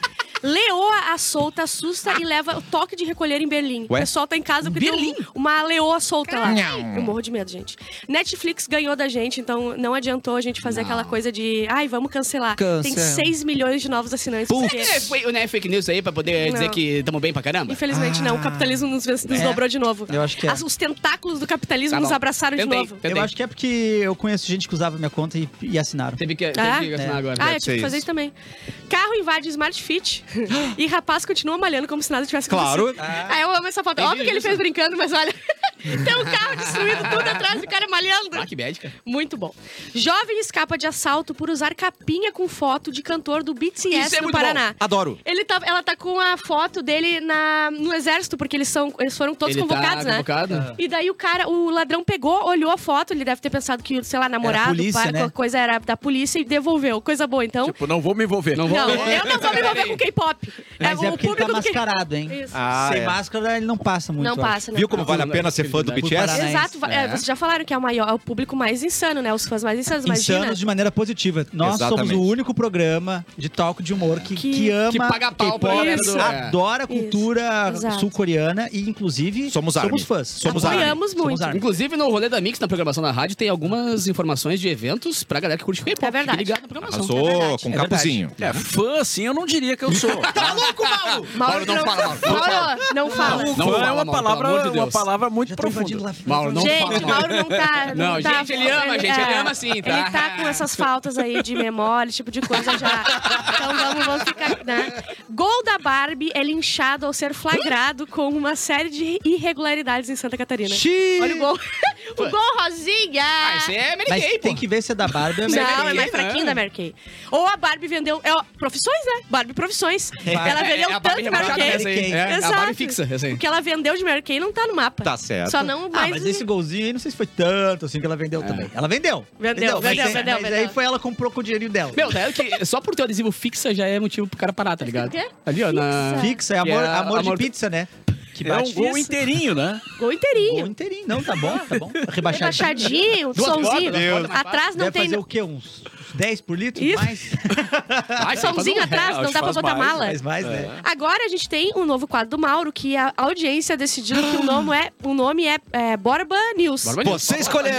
Leoa à solta assusta e leva o toque de recolher em Berlim. Ué? O pessoal tá em casa porque Berlim? tem um- uma leoa solta lá. Eu morro de medo, gente. Netflix ganhou da gente, então não adiantou a gente fazer aquela coisa de ai, vamos cancelar. Cancela. Tem seis milhões de novos assinantes. porque- É, foi, né, fake news aí pra poder dizer Não. que estamos bem pra caramba? Infelizmente não, o capitalismo nos, nos É. dobrou de novo. Eu acho que é. As- os tentáculos do capitalismo Tá nos bom. abraçaram Tentei, de novo. tentei. Eu acho que é porque eu conheço gente que usava minha conta e, e assinaram. Teve que, teve Ah? que assinar É. agora. Ah, Deve eu tive ser que fazer isso. isso também. Carro invade Smart Fit e rapaz continua malhando como se nada tivesse Claro. acontecido. Ah, eu amo essa foto. Tem Óbvio que ele vídeo fez brincando, mas olha. Tem um carro destruído tudo atrás do cara malhando. Ah, que bad, cara. Muito bom. Jovem escapa de assalto por usar capinha com foto de cantor do B T S Isso é no muito Paraná. Adoro. Ele tá, ela tá com a foto dele na, no exército, porque eles, são, eles foram todos Ele convocados, tá né? convocado? E daí o cara, o ladrão pegou, olhou a foto, ele deve ter pensado que, sei lá, namorado, polícia, pai, né? qualquer coisa era da polícia e devolveu. Coisa boa, então. Tipo, não vou me envolver. Não vou- Não, eu não vou me envolver com K-pop. Mas é, porque ele tá do K- mascarado, hein? Isso. Ah, Sem é. máscara, ele não passa muito. Não eu acho. passa, não Viu como passa. vale a pena ser fã do B T S? Paranaense. Exato, va- é, É. vocês já falaram que é o maior, é o público mais insano, né? Os fãs mais insanos, imagina. Insanos de maneira positiva. Nós Exatamente. somos o único programa de talk de humor que, Que- que ama que paga pau pra K-pop, galera do- é. adora a cultura Exato. sul-coreana e, inclusive, Somos Army. somos fãs. Somos Army. Apoiamos muito. Somos Army. Inclusive, no rolê da Mix, na programação da rádio, tem algumas informações de eventos pra galera que curte K-pop. É verdade. Fique ligado na programação. Arrasou É verdade. com um É verdade. capuzinho. É, fã, assim, eu não diria que eu sou. Tá louco, Mauro? Mauro, não fala, Mauro. Não Mauro, não fala. Não Fã fala, é uma Mauro, palavra, pelo amor de uma Deus. palavra muito Já tô invadindo profunda. lá. Mauro, não Gente, fala, Mauro não tá. Não, tá- gente, ele ama, gente, ele ama sim, tá? Ele tá com essas faltas aí de memória, esse tipo de coisa já. Então vamos, vamos ficar, né? Gol da Barbie é linchado ao ser flagrado com uma série de irregularidades em Santa Catarina. Xiii. Olha o gol. O gol rosinha! Ah, isso é Mary Mas Kay, tem pô. que ver se é da Barbie ou é Não, Mary é Kay. mais fraquinho É. da Mary Kay. Ou a Barbie vendeu... É, ó, profissões, né? Barbie Profissões. Ela vendeu é a tanto Barbie Mary rebaixada Kay. essa aí. É, a Exato. Barbie fixa, essa aí. O que ela vendeu de Mary Kay não tá no mapa. Tá certo. Só não Ah, mais... mas esse golzinho aí não sei se foi tanto assim que ela vendeu também. Ela vendeu. Vendeu, mas vendeu, aí- vendeu, Mas vendeu. aí foi ela que comprou com o dinheirinho dela. Meu, daí que só por ter o adesivo fixa já é motivo pro cara parar, tá ligado? O quê? Ali, ó, na... Fixa, é amor, Que é amor, amor- de pizza, né? Que É um bate gol fixa. inteirinho, né? Gol inteirinho. Gol inteirinho. Não, tá bom, tá bom. Rebaixadinho. Rebaixadinho, Duas somzinho. portas, duas portas mais Atrás não Deve tem... fazer o quê? Uns dez por litro? Isso. Mais? Ai, Somzinho faz um- atrás, É, não acho dá pra que faz botar mais, mala. Mais, mais, né? Agora a gente tem um novo quadro do Mauro, que a audiência decidiu que o nome é, o nome é, é Borba News. Borba News. Você escolheu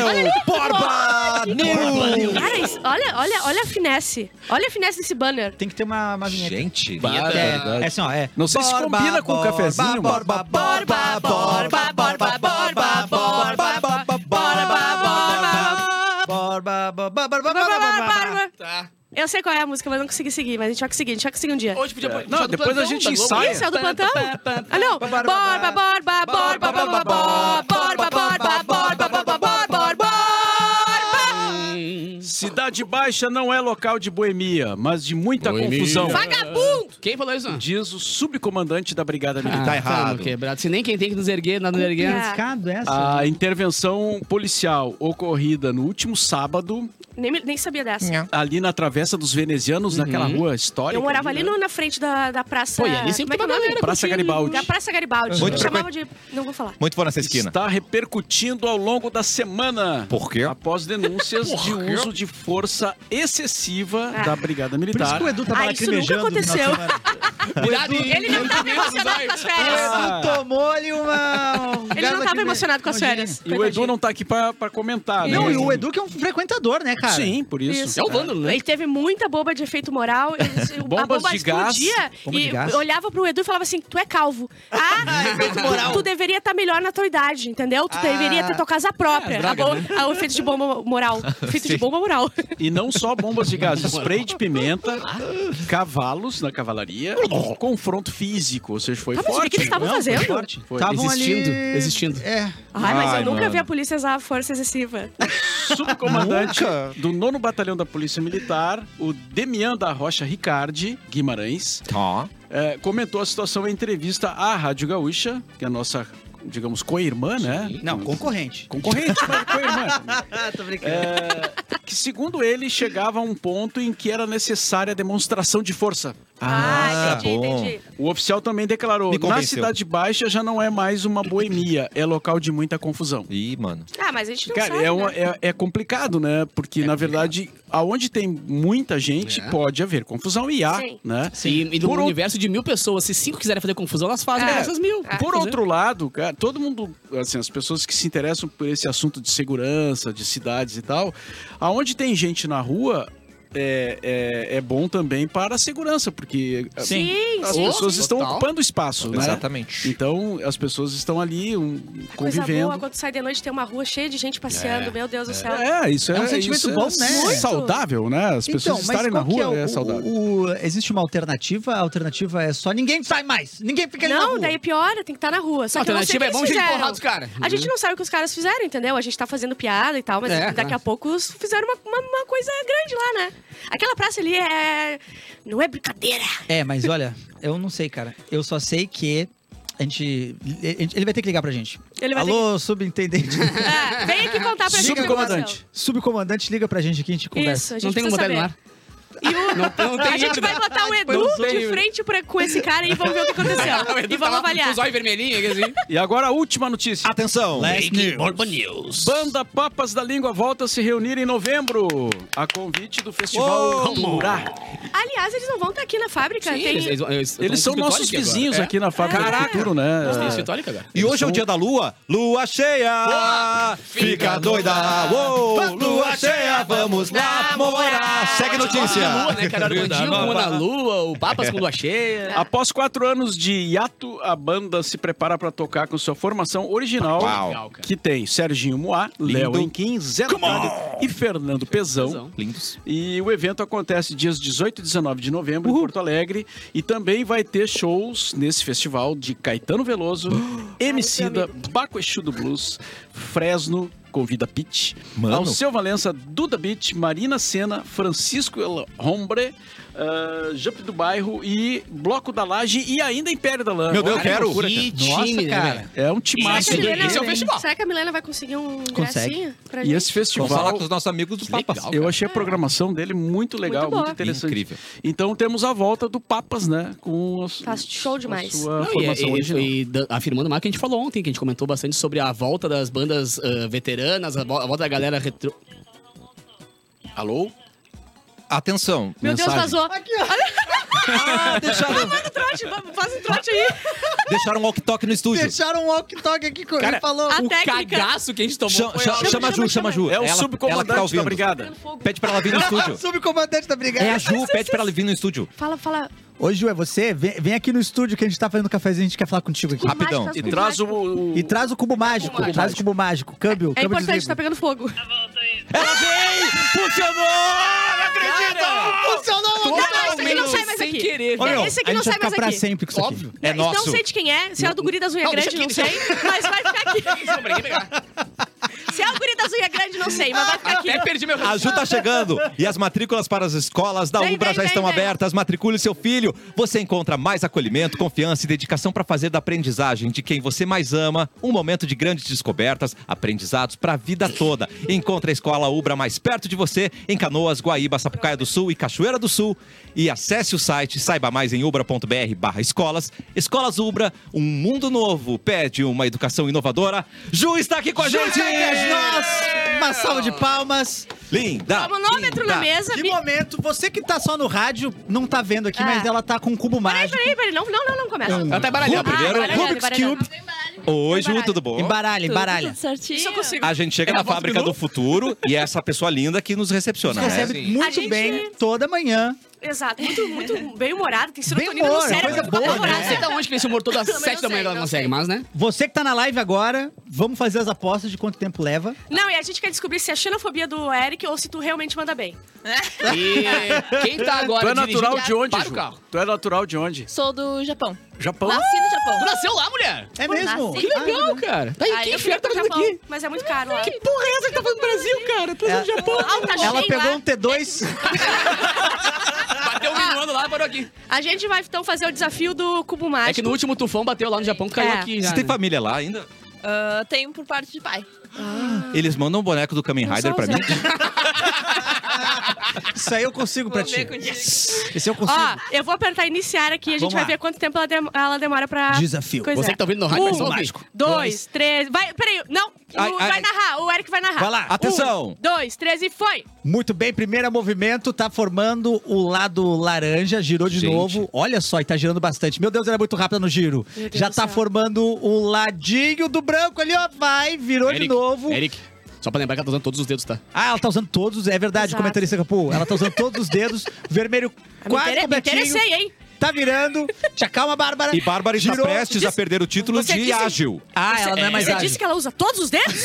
Borba News! Cara, isso- olha, olha, olha a finesse. Olha a finesse desse banner. Tem que ter uma, uma vinheta. Gente, Vinheta. É, é assim, ó, é. Não sei se combina com o cafezinho, mano. Borba, borba, borba, borba, borba, borba, borba, borba, borba, borba, borba, borba. Tá. Eu sei qual é a música, mas não consegui seguir. Mas a gente vai conseguir, a gente vai conseguir um dia. Hoje podia pôr- Não, só do depois a plantão gente da Globo. ensaia. Isso é o do plantão? Ah, não. Borba, borba, borba, borba, borba, borba, borba, borba, borba, borba, borba. Cidade Baixa não é local de boemia, mas de muita Boemia. confusão. Vagabundo! Quem falou isso? Diz o subcomandante da Brigada Militar. tá errado. tamo quebrado. Se nem quem tem que nos erguer, nada nos erguer. Pescado essa? A intervenção policial ocorrida no último sábado, Nem, me- nem sabia dessa. ali na Travessa dos Venezianos, naquela rua histórica. Eu morava ali né? no- na frente da, da praça... Pô, e ali sempre Como é que é o tem uma nome? galera Praça curtindo. Garibaldi. Da Praça Garibaldi. Muito Eu chamava de... Não vou falar. muito fã nessa esquina. Está repercutindo ao longo da semana. Por quê? Após denúncias de uso de força excessiva Ah. da Brigada Por isso Militar. que o Edu tava Ah, lá isso nunca cremejando no final de aconteceu. semana. Virado em- Ele não tava emocionado com as férias. Ah. Tomou-lhe uma... um Ele galo não aqui tava de- emocionado com as nojinho. férias. E o Edu Coitadinho. não tá aqui pra, pra comentar, né? Não, e o Edu que é um frequentador, né, cara? Sim, por isso. Isso. É o vândalo, né? Ele teve muita bomba de efeito moral. Ele- a Bombas bomba de gás. explodia Bomba de e gás. olhava pro Edu e falava assim: tu é calvo. Ah, efeito tu, moral. tu deveria estar melhor na tua idade, entendeu? Tu Ah. deveria ter tua casa própria. É, as a drogas, bom- ah, o efeito de bomba moral. Efeito de bomba moral. E não só bombas de gás, spray de pimenta, cavalos na cavalaria, confronto físico, ou seja, foi Tá, mas o forte. que que eles estavam Não, foi fazendo? forte. Foi. Estavam Existindo, ali... existindo. É. Ai, mas Ai, eu nunca mano. vi a polícia usar força excessiva. Subcomandante Nunca. do nono Batalhão da Polícia Militar, o Demian da Rocha Ricardi Guimarães, Ó. eh, comentou a situação em entrevista à Rádio Gaúcha, que é a nossa, digamos, co-irmã, né? Não, concorrente. Concorrente, mas co-irmã. Tô brincando. É, que, segundo ele, chegava a um ponto em que era necessária a demonstração de força. Ah, entendi, bom. entendi. O oficial também declarou: Me na convenceu. Cidade Baixa já não é mais uma boemia, é local de muita confusão. Ih, mano. Ah, mas a gente não Cara, sabe, é, uma- né? é- é complicado, né? Porque, na verdade, aonde tem muita gente, É. pode haver confusão e há, Sim. né? E, e do Por outro- universo de mil pessoas, se cinco quiserem fazer confusão, elas fazem É. com essas mil. É. Por outro lado, cara, todo mundo, assim, as pessoas que se interessam por esse assunto de segurança, de cidades e tal, aonde tem gente na rua, é, é, é bom também para a segurança, porque Sim, as sim, pessoas sim. estão Total. ocupando espaço, né? Exatamente. Então, as pessoas estão ali um, Coisa convivendo. boa, quando sai de noite tem uma rua cheia de gente passeando, meu Deus do céu. É, isso é, É um sentimento isso é bom, né? Muito. saudável, né? As pessoas estarem na qual que rua é, o- saudável. o- o- existe uma alternativa? A alternativa é só ninguém sai mais. Ninguém fica ali na Não, rua. daí piora, tem que estar na rua. Só A que eu não sei o alternativa que é eles bom jeito de fizeram. porrar os caras. A gente não sabe o que os caras fizeram, entendeu? A gente tá fazendo piada e tal, mas É, daqui é. a pouco os fizeram uma, uma, uma coisa grande lá, né? Aquela praça ali é... Não é brincadeira. É, mas olha, eu não sei, cara. Eu só sei que a gente... Ele vai ter que ligar pra gente. Ele vai Alô, subintendente. É, vem aqui contar pra gente o que Subcomandante. aconteceu. Subcomandante, liga pra gente aqui, a gente conversa. Isso, a gente Não tem como precisa botar ele no saber. ar. E o- Não, não tem a gente vai botar o Edu Não tem- de frente pra, com esse cara e vamos ver o que aconteceu. O Edu e vamos tá lá avaliar. Com os olhos vermelhinhos, assim. E agora a última notícia. Atenção. News. Banda Papas da Língua volta a se reunir em novembro, a convite do Festival Uou! Murá. Aliás, eles não vão estar aqui na fábrica. Sim, tem... eles, eles, eles, Eles são nossos vizinhos aqui na Fábrica do Futuro, né? Eles têm escritório agora. E hoje é o dia da lua. Lua cheia. Fica doida. Uou, lua cheia, vamos namorar. Segue notícia. Na lua, né, cara? Armandinho com uma na lua, o Papas com lua cheia. Após quatro anos de hiato, a banda se prepara para tocar com sua formação original, Uau. Legal, cara. que tem Serginho Moá, Léo Enquim, Zé Natália e Fernando Pezão. Pezão. Lindos. E o evento acontece dias dezoito e dezenove de novembro em Porto Alegre. E também vai ter shows nesse festival de Caetano Veloso, Emicida, Baco Exu do Blues, Fresno, convida Pitch, Mano. Alceu Valença, Duda Beat, Marina Sena, Francisco El Hombre, uh, Jump do Bairro e Bloco da Laje e ainda Império da Lã. Meu Deus, Olha que eu quero. loucura, Que cara. time, né, cara. velho? É um Será timaço. que, a Milena, Esse é o festival. será que a Milena vai conseguir um Consegue. ingressinho pra E gente? esse Vamos falar festival... com os nossos amigos do Legal, Papas. cara. Eu achei a programação dele muito legal, Muito muito, boa. interessante. Incrível. Então temos a volta do Papas, né? Com a, su- Tá show demais. a sua Não, e, formação e- original. e da- afirmando mais o que a gente falou ontem, que a gente comentou bastante sobre a volta das bandas ah, veteranas, a, vo- a volta da galera retro... Alô? Atenção. Meu Deus, Mensagem. vazou. Ah, deixaram, Manda o trote, vamos- faz um trote aí. deixaram um walk-talk no estúdio. Deixaram um walk-talk aqui com Cara, ele falou. a o técnica- cagaço que a gente tomou Chama, foi... chama, ó, chama a Ju, chama a Ju. É o Ela- ela que tá subcomandante ouvindo. da brigada. Pegando fogo. Pede pra ela vir no estúdio. Subcomandante da brigada. É a Ju, pede pra ela vir no estúdio. Fala, fala. Ô, Ju, é você? Vem, vem aqui no estúdio que a gente tá fazendo cafezinho, a gente quer falar contigo aqui. Rapidão. Mágico, E cubo traz o... mágico. o- E traz o cubo mágico, mágico. traz o cubo mágico. Câmbio, É câmbio importante, tá desliga. pegando fogo. Ela veio! Funcionou! Não acredito! Funcionou! Não, esse aqui não sai mais sem aqui. querer, Ô, velho. meu, Esse aqui a não gente vai sai ficar mais pra aqui. sempre com isso aqui. Óbvio. É Não nosso. sei de quem é, se é o do guri das unhas Não, deixa grandes, não aqui, sei, mas vai ficar aqui. Não, peraí, pegar. Se é o guri das unhas grandes, não sei, mas vai ficar aqui. Até perdi meu A Ju tá chegando e as matrículas para as escolas da Vem, Ubra vem, já vem, estão vem. abertas. Matricule seu filho. Você encontra mais acolhimento, confiança e dedicação para fazer da aprendizagem de quem você mais ama um momento de grandes descobertas, aprendizados para a vida toda. Encontre a escola Ubra mais perto de você em Canoas, Guaíba, Sapucaia do Sul e Cachoeira do Sul. E acesse o site, saiba mais em ubra.br barra escolas. Escolas Ubra, um mundo novo, pede uma educação inovadora. Ju está aqui com a gente! Nossa! Uma salva de palmas. Linda. Cronômetro linda. na mesa. De bi- momento, você que tá só no rádio, não tá vendo aqui, É. mas ela tá com um cubo Peraí, mágico. peraí, peraí. Não, não, não, não começa. Ela tá embaralhando. Ah, primeiro, embaralhando, Rubik's embaralhando. Cube. Oi, Ju, Embaralha. tudo bom? Embaralha, embaralha. Tudo certinho. Isso eu consigo. A gente chega É na a voz do fábrica do Bilu? futuro e é essa pessoa linda que nos recepciona, né? Recebe Sim. muito A gente- bem toda manhã. Exato. Muito, muito bem humorado. Tem Bem serotonina no humor, cérebro. coisa muito boa, apavorado. Não sei da onde que esse humor todo às Também sete da não manhã sei, ela não consegue, sei. mas, né? Você que tá na live agora, vamos fazer as apostas de quanto tempo leva. Não, e a gente quer descobrir se é xenofobia do Eric ou se tu realmente manda bem. E quem tá agora Tu é natural dirigindo, de onde, para o Ju? carro. Tu é natural de onde? Sou do Japão. Japão? Nasci no Tu Japão. nasceu lá, mulher? É mesmo? nasci. Que legal, cara. Tá aí, Aí que eu inferno tá Pro fazendo Japão, aqui? mas é muito caro lá. Que porra é essa que tá fazendo no Brasil, cara? Tá fazendo no Japão. Alta Ela Shein pegou lá. um T dois. Bateu um minuano lá, parou aqui. A gente vai então fazer o desafio do cubo mágico. É que no último tufão bateu lá no Japão, caiu É. aqui já. Você tem né? família lá ainda? Ah, tenho por parte de pai. Eles mandam um boneco do Kamen Não Rider só pra os- mim? Isso aí eu consigo pra Vou ti. ver contigo. Esse eu consigo. Ó, eu vou apertar iniciar aqui, a gente Vamos vai lá. ver quanto tempo ela, dem- ela demora pra... Desafio. coisar. Você que tá ouvindo no rádio, vai só Um, ouvir. mágico. dois, três... Vai, peraí, não, Ai, o- ai, vai ai. narrar, o Eric vai narrar. Vai lá. Atenção. Um, dois, três e foi! Muito bem, primeiro movimento, tá formando o lado laranja, girou de Gente. novo. Olha só, e tá girando bastante. Meu Deus, ela é muito rápida no giro. Meu Deus Já do tá céu. formando o ladinho do branco ali, ó. Vai, virou Eric, de novo. Eric, só pra lembrar que ela tá usando todos os dedos, tá? Ah, ela tá usando todos, é verdade, Exato. comentarista Capu. Ela tá usando todos os dedos, vermelho Me quase intere- me completinho. interessei, hein? Tá virando. Te acalma, Bárbara. E Bárbara está Girou. prestes a perder o título Você de disse- ágil. Ah, ela não é mais Você ágil. disse que ela usa todos os dedos?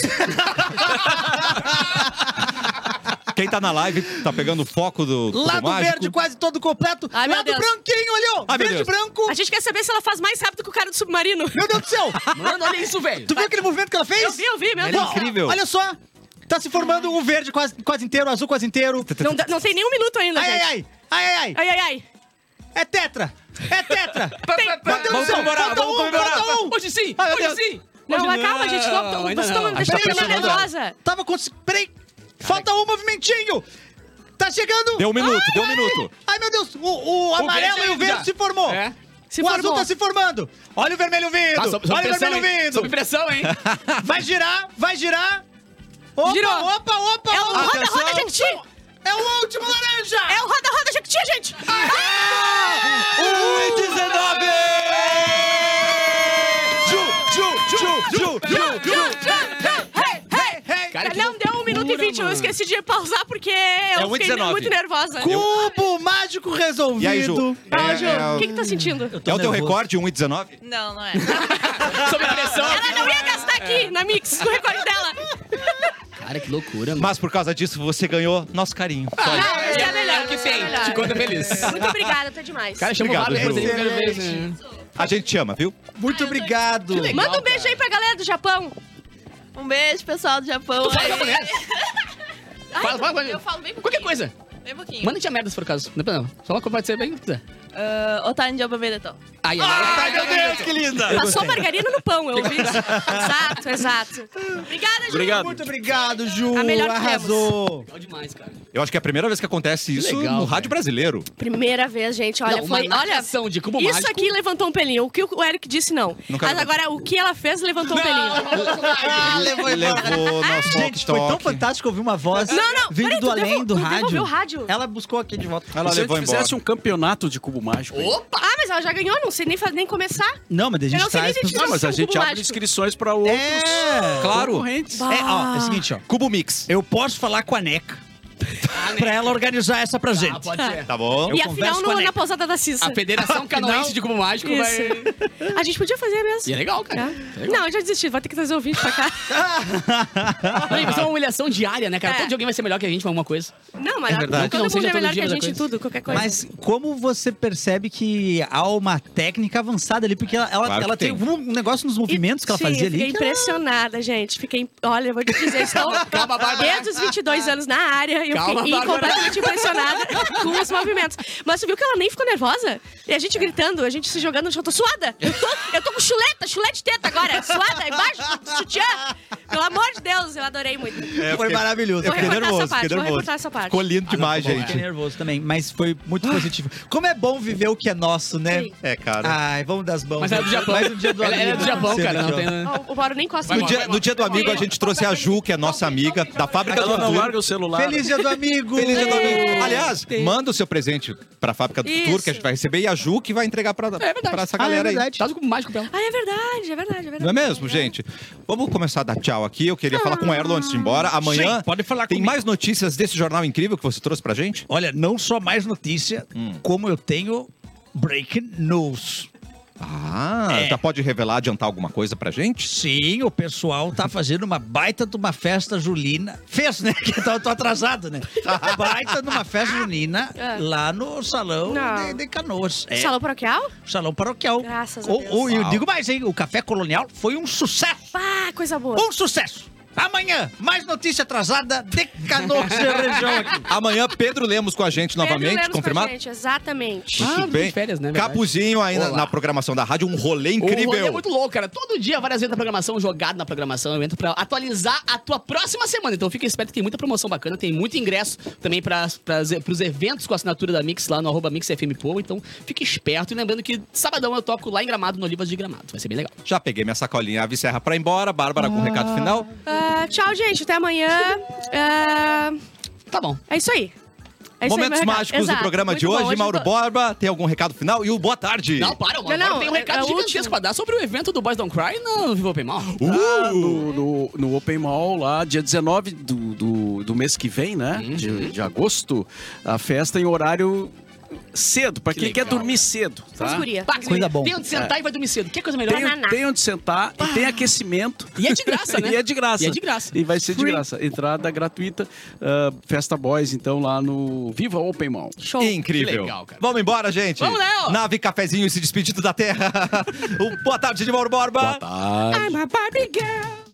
Quem tá na live tá pegando o foco do cubo Lado mágico. verde quase todo completo. Ai, meu Lado Deus. branquinho ali, ó. Ai, meu Verde Deus. branco. A gente quer saber se ela faz mais rápido que o cara do submarino. Meu Deus do céu. Mano, olha isso, velho. Tu viu aquele movimento que ela fez? Eu vi, eu vi, meu Ela é Deus. incrível. Olha só. Tá se formando o verde quase, quase inteiro, o azul quase inteiro. Não, dá- não tem nem um minuto ainda, Ai, ai, gente. ai. Ai, ai, ai. Ai, ai, ai. É tetra. É tetra. Tem- Meu Deus do Vamos céu. comemorar, Falta vamos um, comemorar. falta um. Hoje sim, Ai, meu hoje Deus. sim. Não, Hoje mas calma, gente. Tô, tô, ainda vocês não. estão A me gente tá deixando pressionando. nervosa. Tava com... Peraí. Falta um movimentinho. Tá chegando. Deu um minuto, Ai, deu um ai. minuto. Ai, meu Deus. O, o amarelo verde e o ainda. verde se formou. É. Se o azul formou. tá se formando. Olha o vermelho vindo. Ah, sob, sob Olha o pressão, vermelho hein? vindo. Sob pressão, hein? Vai girar, vai girar. Opa, Girou. opa, opa, É o opa. roda, Atenção. roda, Jequiti. É o último laranja. É o roda, roda, Jequiti, gente. um e dezenove! Ju, Ju, Ju, Ju, Ju, Ju. Hey, hey, hey. Cara, que Não, deu um minuto e loucura, vinte. Eu mano. esqueci de pausar porque eu um e fiquei dezenove. muito nervosa. Cubo mágico resolvido. E aí, Ju? Ah, É, Ju, é o o- que que tá sentindo? É o teu nervoso. recorde, um e dezenove? Não, não é. Sob pressão. Ela não ia gastar aqui na Mix com o recorde dela. Cara, que loucura, mano. Mas por causa disso, você ganhou nosso carinho. Não, esse é melhor. É o que esse é tem. melhor. Te conta feliz. Muito obrigada, tá demais. Cara, chama o Obrigado, Fábio por Ju. primeira vez, né? A gente te ama, viu? Muito obrigado. legal. Manda um beijo aí pra galera do Japão. Um beijo, pessoal do Japão. Tu fala Aí. japonês? Fala, fala, fala. Eu falo bem Qualquer pouquinho. coisa. Bem pouquinho. Manda tia merda se for o caso. Não é pra não. Só uma coisa pode ser bem o que quiser. Uh, Otani de Obavedeton. Ai, ai, ai, ai, meu Deus, que linda! Passou margarina no pão, eu ouvi isso. Exato, exato. Obrigada, Ju. Obrigado. Muito obrigado, Ju. A melhor que Arrasou. Legal demais, cara. Eu acho que é a primeira vez que acontece isso legal, no cara. rádio brasileiro. Primeira vez, gente. Olha, Não, uma foi. Olha, narração de cubo isso mágico. aqui levantou um pelinho. O que o Eric disse, não. Nunca Mas levantei. agora, o que ela fez levantou um pelinho. Ah, levou embora. Levou nosso Gente, foi tão walkie-talkie. fantástico ouvir uma voz Não, não, vindo peraí, do tu além devo- do tu rádio. devolveu o rádio? Ela buscou aqui de volta. Ela Se eu levou embora. fizesse um campeonato de cubo mágico. aí. Opa! Ah, mas ela já ganhou, não sei nem, fa- nem começar. Não, mas a Eu gente não sei nem traz... identificar. Não, mas a Cubo gente abre mágico. inscrições para outros É, Claro. concorrentes. Bah. É, ó, é o seguinte, ó. Cubo Mix. Eu posso falar com a Neca pra ela organizar essa pra Ah, gente. pode ser. Tá bom? Eu E converso afinal, com a no, Neca. na pousada da Cissa. A Federação Canoense de Cubo Mágico Isso. vai... A gente podia fazer mesmo. E é legal, cara. É. É legal. Não, eu já desisti. Vai ter que trazer o vídeo pra cá. Não, e vai ser uma humilhação diária, né, cara? É. Todo dia alguém vai ser melhor que a gente em alguma coisa. Não, mas É verdade. Não que todo não mundo seja é todo melhor que dia, a mas é gente em coisa. tudo, qualquer coisa. Mas como você percebe que há uma técnica avançada ali? Porque ela, ela, Claro que ela tem tem. um negócio nos movimentos que ela Sim, fazia eu fiquei ali. que ela- impressionada, gente. Fiquei. Olha, eu vou te dizer, estou Calma, Bárbara. desde os vinte e dois anos na área e eu Calma, fiquei Bárbara. completamente impressionada com os movimentos. Mas tu viu que ela nem ficou nervosa? E a gente gritando, a gente se jogando no chão. Tô suada! Eu tô, eu tô como chuleta, chuleta de teta agora, suada embaixo do sutiã. Pelo amor de Deus, eu adorei muito. É, Foi porque maravilhoso. Eu Vou fiquei recortar nervoso, essa parte, fiquei vou nervoso. recortar essa parte. Ficou lindo demais, Fiquei gente. nervoso também, mas foi muito positivo. Como é bom viver o que é nosso, né? Sim. É, cara. Ai, vamos das mãos. Mas ela é do Japão. Mais um dia do Ela, amigo. ela é do Japão, Cedo cara. aqui, Não ó. tem... Ó, o Mauro nem encosta Vai, No em dia, vai, no dia do amigo, a gente trouxe a Ju, que é nossa amiga, da fábrica do Ela não Futuro. larga o celular. Feliz dia do amigo. Feliz dia do amigo. Ei. Aliás, manda o seu presente pra fábrica do Futuro, Isso. que a gente vai receber, e a Ju que vai entregar pra, verdade. pra essa Ah, é galera aí. verdade. Tá com mágico pra ela. Ah, é verdade, é verdade, é verdade. Não é mesmo, gente? Vamos começar a dar tchau aqui. Eu queria falar com o Erlon antes de ir embora. Amanhã Sim, pode falar tem comigo. mais notícias desse jornal incrível que você trouxe pra gente? Olha, não só mais notícia, como eu tenho breaking news. Ah, É. já pode revelar, adiantar alguma coisa pra gente? Sim, o pessoal tá fazendo uma baita de uma festa julina. Fez, né? Que eu tô atrasado, né? Baita de uma festa julina É. lá no salão Não. de, de Canoas. É, Salão paroquial? salão paroquial. Graças a Ou- Deus. ou eu Uau. digo mais, hein? O Café Colonial foi um sucesso. Ah, coisa boa. Um sucesso. Amanhã, mais notícia atrasada de Canoas e região aqui. Amanhã, Pedro Lemos com a gente Pedro novamente, Lemos com a confirmado? gente, exatamente. Ah, Muito tô bem. de férias, né, verdade? Capuzinho ainda Olá. na programação da rádio, um rolê O incrível. rolê é muito louco, cara. Todo dia, várias vezes na programação, jogado na programação. Eu entro pra atualizar a tua próxima semana. Então fica esperto que tem muita promoção bacana, tem muito ingresso também pra, pra, pros eventos com a assinatura da Mix lá no arroba Mix F M Poa. Então fique esperto. E lembrando que sabadão eu toco lá em Gramado, no Olivas de Gramado. Vai ser bem legal. Já peguei minha sacolinha Ave Serra pra ir embora. Bárbara com um recado final. Ah, tchau, gente. Até amanhã. Ah, Tá bom. é isso aí. É isso aí, Momentos meu recado. mágicos do Exato, programa muito de bom. hoje. eu Mauro tô- Borba, tem algum recado final? E o boa tarde. Não, para, mano. Não, não, Agora tem um é- recado é o gigantesco último. pra dar sobre o evento do Boys Don't Cry no Viva Open Mall. Ah, no, no, no Open Mall, lá, dia dezenove do, do, do mês que vem, né? De, de agosto, a festa em horário cedo, pra Que quem quer legal. dormir cedo. São Tá? as gurias. Pá, Coisa bom. Tem onde sentar e vai dormir cedo. Que coisa melhor. Tem, Bananá. tem onde sentar e tem aquecimento. E é de graça, né? E é de graça. E é de graça. E vai ser de Free. graça. Entrada gratuita. ah, Festa Boys, então, lá no Viva Open Mall. Show. Incrível. Que legal, cara. Vamos embora, gente. Vamos, Léo. Nave Cafezinho se despedindo da Terra. O boa tarde de Mauro Borba. Boa tarde. I'm a Barbie girl.